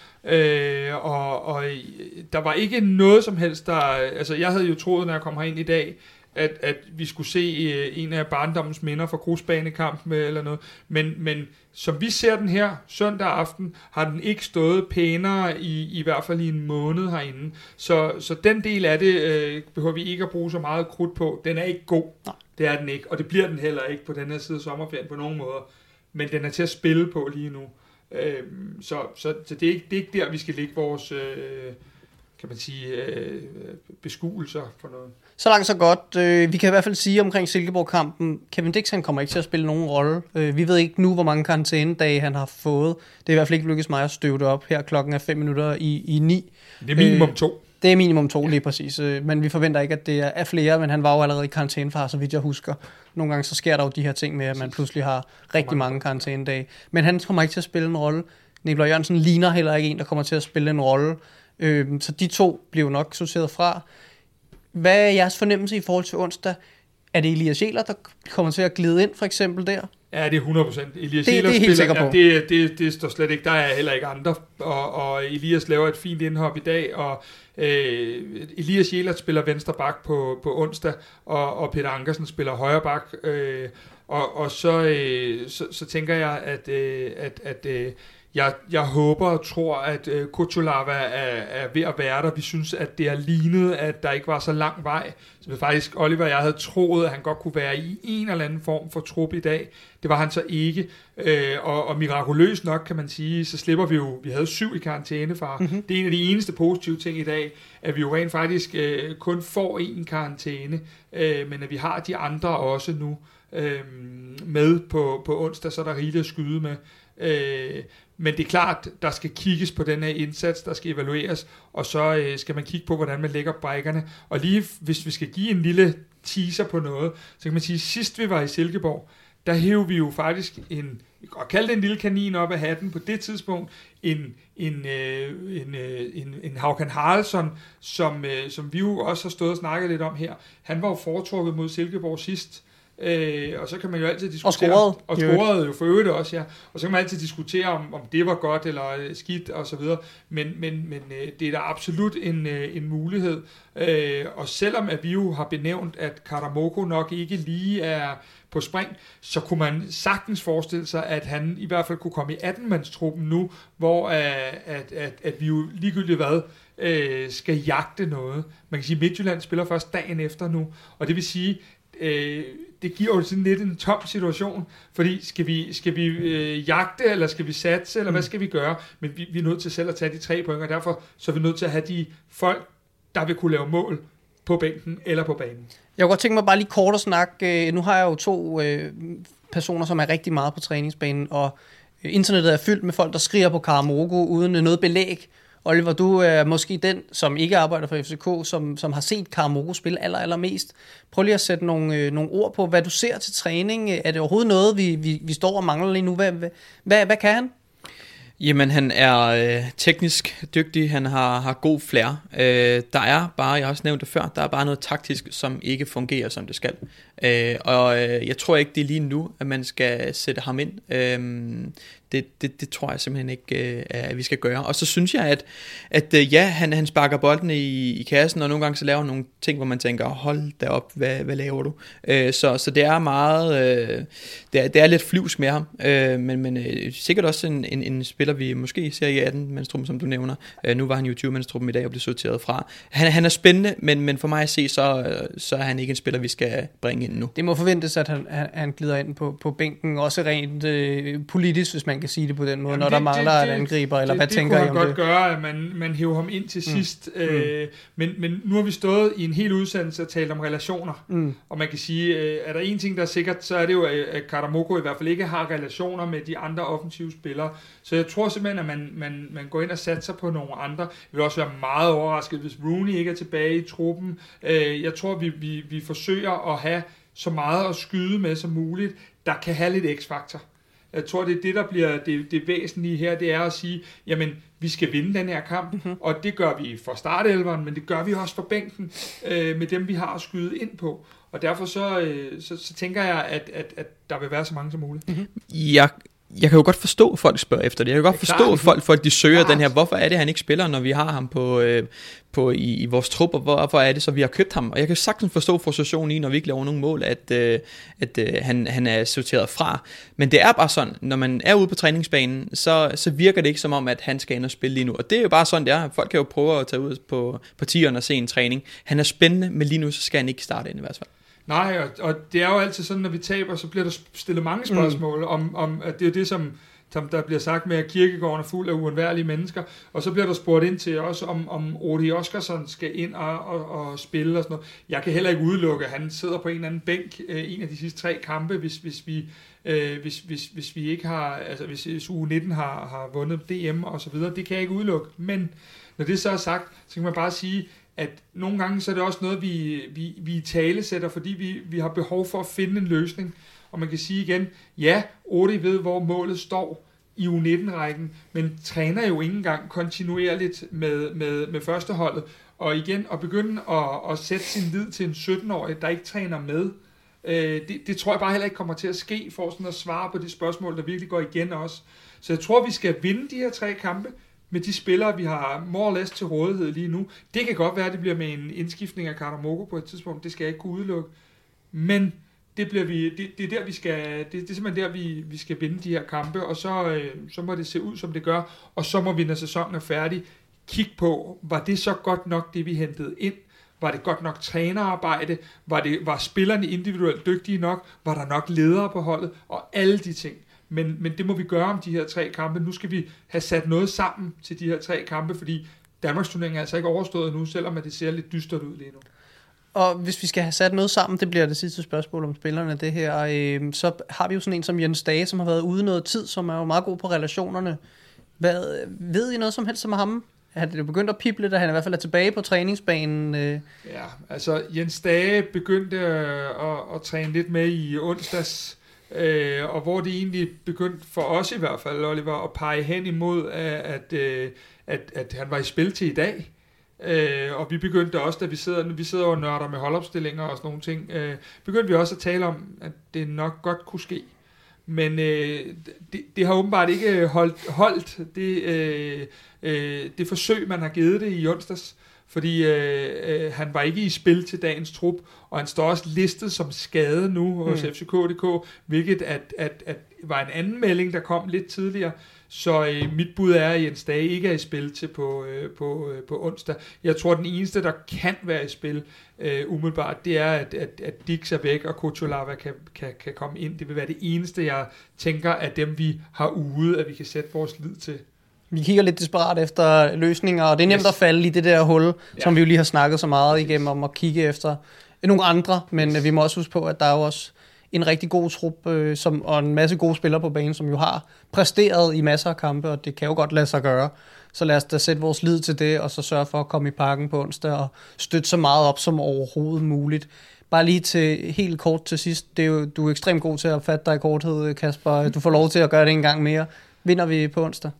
og der var ikke noget som helst, altså jeg havde jo troet, når jeg kom herind i dag, at vi skulle se en af barndommens minder fra grusbanekampen eller noget, men som vi ser den her søndag aften, har den ikke stået pænere i hvert fald i en måned herinde. Så den del af det behøver vi ikke at bruge så meget krudt på. Den er ikke god. Nej. Det er den ikke, og det bliver den heller ikke på den her side af sommerferien på nogen måder. Men den er til at spille på lige nu. Så det er ikke der, vi skal lægge vores kan man sige, beskuelser for noget. Så langt så godt. Vi kan i hvert fald sige omkring Silkeborg-kampen, Kevin Dix han kommer ikke til at spille nogen rolle. Vi ved ikke nu, hvor mange karantænedage han har fået. Det er i hvert fald ikke lykkedes mig at støve det op. Her klokken er 5 minutter i 9. Det er minimum 2. Det er minimum 2 lige præcis. Men vi forventer ikke, at det er flere, men han var jo allerede i karantænefar, så vidt jeg husker. Nogle gange så sker der jo de her ting med, at man pludselig har rigtig mange karantænedage. Men han kommer ikke til at spille en rolle. Nikolaj Jørgensen ligner heller ikke en, der kommer til at spille en rolle. Så de to bliver nok sorteret fra. Hvad er jeres fornemmelse i forhold til onsdag? Er det Elias Jæler, der kommer til at glide ind for eksempel der? Ja, det er 100%. Elias det er helt sikker på. Det står slet ikke. Der er heller ikke andre. Og Elias laver et fint indhop i dag, og Elias Jæler spiller venstre bak på onsdag, og Peter Ankersen spiller højre bak. Og så tænker jeg, at jeg håber og tror, at Kutsulava er ved at være der. Vi synes, at det er lignet, at der ikke var så lang vej. Så faktisk, Oliver og jeg havde troet, at han godt kunne være i en eller anden form for trup i dag. Det var han så ikke. Og mirakuløst nok, kan man sige, så slipper vi jo. Vi havde 7 i karantænefar. Mm-hmm. Det er en af de eneste positive ting i dag, at vi jo rent faktisk kun får en karantæne, men at vi har de andre også nu med på onsdag, så er der rigeligt at skyde med. Men det er klart, der skal kigges på den her indsats, der skal evalueres, og så skal man kigge på, hvordan man lægger brækkerne. Og lige hvis vi skal give en lille teaser på noget, så kan man sige, at sidst vi var i Silkeborg, der hævde vi jo faktisk og kaldte en lille kanin op af hatten på det tidspunkt, en Håkan Haraldsson, som vi jo også har stået og snakket lidt om her. Han var jo foretrukket mod Silkeborg sidst, og så kan man jo altid diskutere... Og scorede jo for øvrigt også, ja. Og så kan man altid diskutere, om det var godt eller skidt og så videre. Men det er da absolut en mulighed. Og selvom at vi jo har benævnt, at Karamoko nok ikke lige er på spring, så kunne man sagtens forestille sig, at han i hvert fald kunne komme i 18-mandstruppen nu, hvor at vi jo ligegyldigt hvad skal jagte noget. Man kan sige, at Midtjylland spiller først dagen efter nu, og det vil sige, det giver jo sådan lidt en tom situation, fordi skal vi jagte, eller skal vi satse, eller hvad skal vi gøre? Men vi er nødt til selv at tage de 3 point, og derfor så er vi nødt til at have de folk, der vil kunne lave mål på bænken eller på banen. Jeg kunne godt tænke mig bare lige kort at snakke. Nu har jeg jo 2 personer, som er rigtig meget på træningsbanen, og internettet er fyldt med folk, der skriger på Karamoko uden noget belæg. Oliver, du er måske den, som ikke arbejder for FCK, som har set Karamoko spille allermest. Prøv lige at sætte nogle ord på, hvad du ser til træning. Er det overhovedet noget, vi står og mangler lige nu? Hvad kan han? Jamen, han er teknisk dygtig, han har god flair. Der er bare, jeg har også nævnt det før, der er bare noget taktisk, som ikke fungerer, som det skal. Og jeg tror ikke, det er lige nu, at man skal sætte ham ind. Det tror jeg simpelthen ikke, at vi skal gøre. Og så synes jeg, at ja, han sparker bolden i kassen, og nogle gange så laver han nogle ting, hvor man tænker, hold da op, hvad laver du? Så det er meget, det er lidt flyvsk med ham, men sikkert også en spiller, vi måske ser i 18-mandstruppen, som du nævner. Nu var han jo 20-mandstruppen i dag og blev sorteret fra. Han er spændende, men for mig at se, så er han ikke en spiller, vi skal bringe ind nu. Det må forventes, at han glider ind på bænken, også rent politisk, hvis man kan sige det på den måde, når der mangler en angriber, eller hvad tænker I om det? Det kunne godt gøre, at man hæver ham ind til sidst, men nu har vi stået i en hel udsendelse og talt om relationer, og man kan sige, er der en ting, der er sikkert, så er det jo, at Karamoko i hvert fald ikke har relationer med de andre offensive spillere, så jeg tror simpelthen, at man går ind og satser på nogle andre. Jeg vil også være meget overrasket, hvis Rooney ikke er tilbage i truppen. Jeg tror, vi forsøger at have så meget at skyde med som muligt, der kan have lidt x-faktor. Jeg tror, det er det, der bliver det væsentlige her, det er at sige, jamen, vi skal vinde den her kamp, og det gør vi for startelveren, men det gør vi også for bænken, med dem, vi har at skyde ind på. Og derfor så tænker jeg, at der vil være så mange som muligt. Jeg kan jo godt forstå, at folk spørger efter det. Jeg kan godt forstå, at folk de søger den her. Hvorfor er det, han ikke spiller, når vi har ham i vores trup, og hvorfor er det så, vi har købt ham? Og jeg kan sagtens forstå frustrationen i, når vi ikke laver nogen mål, at han er sorteret fra. Men det er bare sådan, når man er ude på træningsbanen, så virker det ikke som om, at han skal ind og spille lige nu. Og det er jo bare sådan, det er. Folk kan jo prøve at tage ud på tieren og se en træning. Han er spændende, men lige nu så skal han ikke starte ind i hvert fald. Nej, og det er jo altid sådan, når vi taber, så bliver der stillet mange spørgsmål om at det er jo det, som som der bliver sagt med, at kirkegården er fuld af uundværlige mennesker, og så bliver der spurgt ind til også, om Odi Oskarsson skal ind og spille og sådan noget. Jeg kan heller ikke udelukke, at han sidder på en eller anden bænk en af de sidste 3 kampe, hvis vi ikke har, altså hvis U19 har vundet DM og så videre. Det kan jeg ikke udelukke, men når det så er sagt, så kan man bare sige, at nogle gange så er det også noget, vi talesætter, fordi vi har behov for at finde en løsning. Og man kan sige igen, ja, Odi ved, hvor målet står i U19-rækken, men træner jo ikke engang kontinuerligt med førsteholdet. Og igen, at begynde at sætte sin lid til en 17-årig, der ikke træner med, det tror jeg bare heller ikke kommer til at ske, for sådan at svare på de spørgsmål, der virkelig går igen også. Så jeg tror, vi skal vinde de her 3 kampe med de spillere, vi har more or less til rådighed lige nu. Det kan godt være, at det bliver med en indskiftning af Karamoko på et tidspunkt. Det skal jeg ikke kunne udelukke. Men det er der, vi skal. Det er simpelthen der, vi skal vinde de her kampe, og så må det se ud, som det gør. Og så må vi, når sæsonen er færdig, kigge på, var det så godt nok, det vi hentede ind? Var det godt nok trænerarbejde? Var spillerne individuelt dygtige nok? Var der nok ledere på holdet? Og alle de ting. Men det må vi gøre om de her 3 kampe. Nu skal vi have sat noget sammen til de her 3 kampe, fordi Danmarks turnering er altså ikke overstået nu, selvom det ser lidt dystert ud lige nu. Og hvis vi skal have sat noget sammen, det bliver det sidste spørgsmål om spillerne, det her, så har vi jo sådan en som Jens Dage, som har været ude noget tid, som er jo meget god på relationerne. Ved I noget som helst om ham? Han er begyndt at pible, da han i hvert fald er tilbage på træningsbanen. Ja, altså Jens Dage begyndte at træne lidt med i onsdags, og hvor det egentlig begyndte for os i hvert fald, Oliver, at pege hen imod, at han var i spil til i dag. Og vi begyndte også, da vi sidder og nørder med holdopstillinger og sådan nogle ting, begyndte vi også at tale om, at det nok godt kunne ske. Men det har åbenbart ikke holdt det forsøg, man har givet det i onsdags, fordi han var ikke i spil til dagens trup, og han står også listet som skade nu hos FCK.dk, hvilket at var en anden melding, der kom lidt tidligere. Så mit bud er, at Jens Dage ikke er i spil til på onsdag. Jeg tror, den eneste, der kan være i spil umiddelbart, det er, at Dix er væk, og Kocholava kan komme ind. Det vil være det eneste, jeg tænker, at dem, vi har ude, at vi kan sætte vores lid til. Vi kigger lidt desperat efter løsninger, og det er nemt at falde i det der hul, som vi jo lige har snakket så meget igennem om at kigge efter nogle andre, men vi må også huske på, at der er jo også en rigtig god trup og en masse gode spillere på banen, som jo har præsteret i masser af kampe, og det kan jo godt lade sig gøre. Så lad os da sætte vores lid til det, og så sørge for at komme i parken på onsdag og støtte så meget op som overhovedet muligt. Bare lige til helt kort til sidst, du er ekstremt god til at fatte dig i korthed, Kasper. Du får lov til at gøre det en gang mere. Vinder vi på onsdag?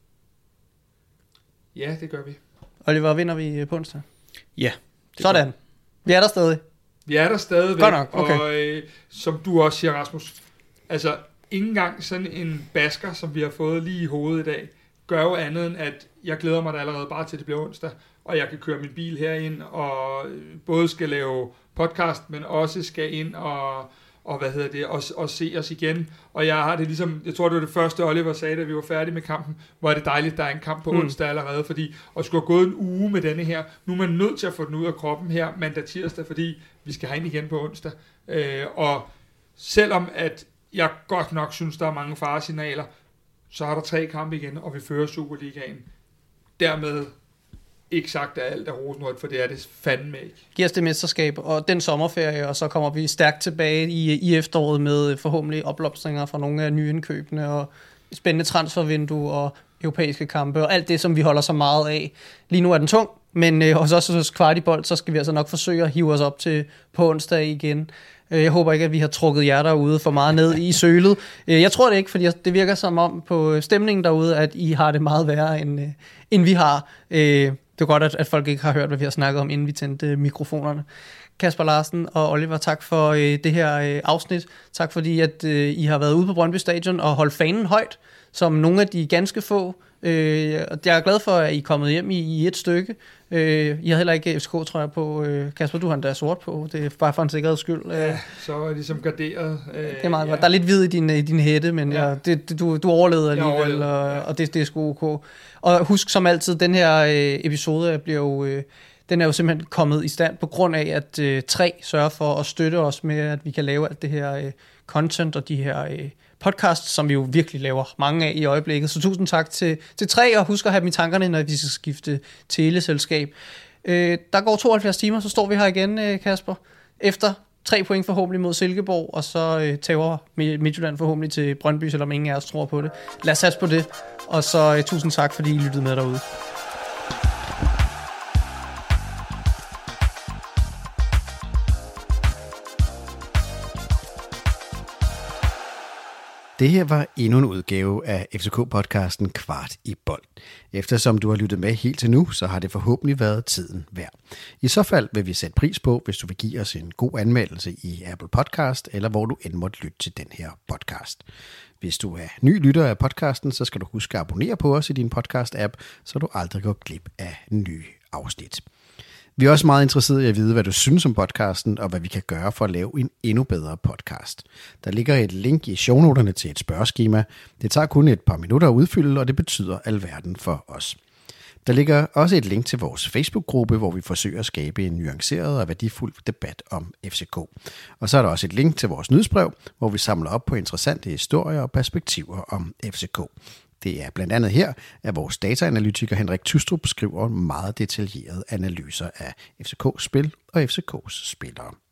Ja, det gør vi. Oliver, vinder vi på onsdag? Ja. Sådan. Vi er der stadig. Vi er der stadigvæk. Godt nok, okay. Og som du også siger, Rasmus, altså ikke engang sådan en basker, som vi har fået lige i hovedet i dag, gør jo andet end, at jeg glæder mig da allerede bare til, det bliver onsdag, og jeg kan køre min bil herind, og både skal lave podcast, men også skal ind og og se os igen. Og jeg har det ligesom, jeg tror det var det første, Oliver sagde, da vi var færdige med kampen, hvor er det dejligt, der er en kamp på onsdag allerede, fordi at skulle have gået en uge med denne her, nu er man nødt til at få den ud af kroppen her mandag tirsdag, fordi vi skal have ind igen på onsdag. Og selvom at jeg godt nok synes, der er mange faresignaler, så har der 3 kampe igen, og vi fører Superligaen. Dermed ikke sagt, at alt er rosenrødt, for det er det fandme ikke. Giver os det mesterskab og den sommerferie, og så kommer vi stærkt tilbage i efteråret med forhåbentlig opblomstringer fra nogle af nyindkøbene og spændende transfervindue og europæiske kampe og alt det, som vi holder så meget af. Lige nu er den tung, men hos os hos Kvartibold, så skal vi altså nok forsøge at hive os op til på onsdag igen. Jeg håber ikke, at vi har trukket jer derude for meget ned i sølet. Jeg tror det ikke, fordi det virker som om på stemningen derude, at I har det meget værre, end vi har. Det er godt, at folk ikke har hørt, hvad vi har snakket om, inden vi tændte mikrofonerne. Kasper Larsen og Oliver, tak for det her afsnit. Tak fordi, at I har været ude på Brøndby Stadion og holdt fanen højt, som nogle af de ganske få. Jeg er glad for, at I er kommet hjem i et stykke. I har heller ikke FCK-trøjer på. Kasper, du har endda sort på. Det er bare for en sikkerheds skyld. Ja, så er ligesom garderet. Det er meget godt. Der er lidt hvid i din hætte, men du overlevede alligevel, og det er sgu ok. Og husk som altid, den her episode bliver jo... Den er jo simpelthen kommet i stand på grund af, at 3 sørger for at støtte os med, at vi kan lave alt det her content og de her podcast, som vi jo virkelig laver mange af i øjeblikket. Så tusind tak til 3, og husk at have dem i tankerne, når vi skal skifte teleselskab. Der går 72 timer, så står vi her igen, Kasper, efter 3 point forhåbentlig mod Silkeborg, og så tager Midtjylland forhåbentlig til Brøndby, selvom ingen af os tror på det. Lad os satse på det, og så tusind tak, fordi I lyttede med derude. Det her var endnu en udgave af FCK-podcasten Kvart i bold. Eftersom du har lyttet med helt til nu, så har det forhåbentlig været tiden værd. I så fald vil vi sætte pris på, hvis du vil give os en god anmeldelse i Apple Podcast, eller hvor du end måtte lytte til den her podcast. Hvis du er ny lytter af podcasten, så skal du huske at abonnere på os i din podcast-app, så du aldrig går glip af nye afsnit. Vi er også meget interesserede i at vide, hvad du synes om podcasten, og hvad vi kan gøre for at lave en endnu bedre podcast. Der ligger et link i shownoterne til et spørgeskema. Det tager kun et par minutter at udfylde, og det betyder alverden for os. Der ligger også et link til vores Facebook-gruppe, hvor vi forsøger at skabe en nuanceret og værdifuld debat om FCK. Og så er der også et link til vores nyhedsbrev, hvor vi samler op på interessante historier og perspektiver om FCK. Det er blandt andet her, at vores dataanalytiker Henrik Tystrup skriver meget detaljerede analyser af FCK's spil og FCK's spillere.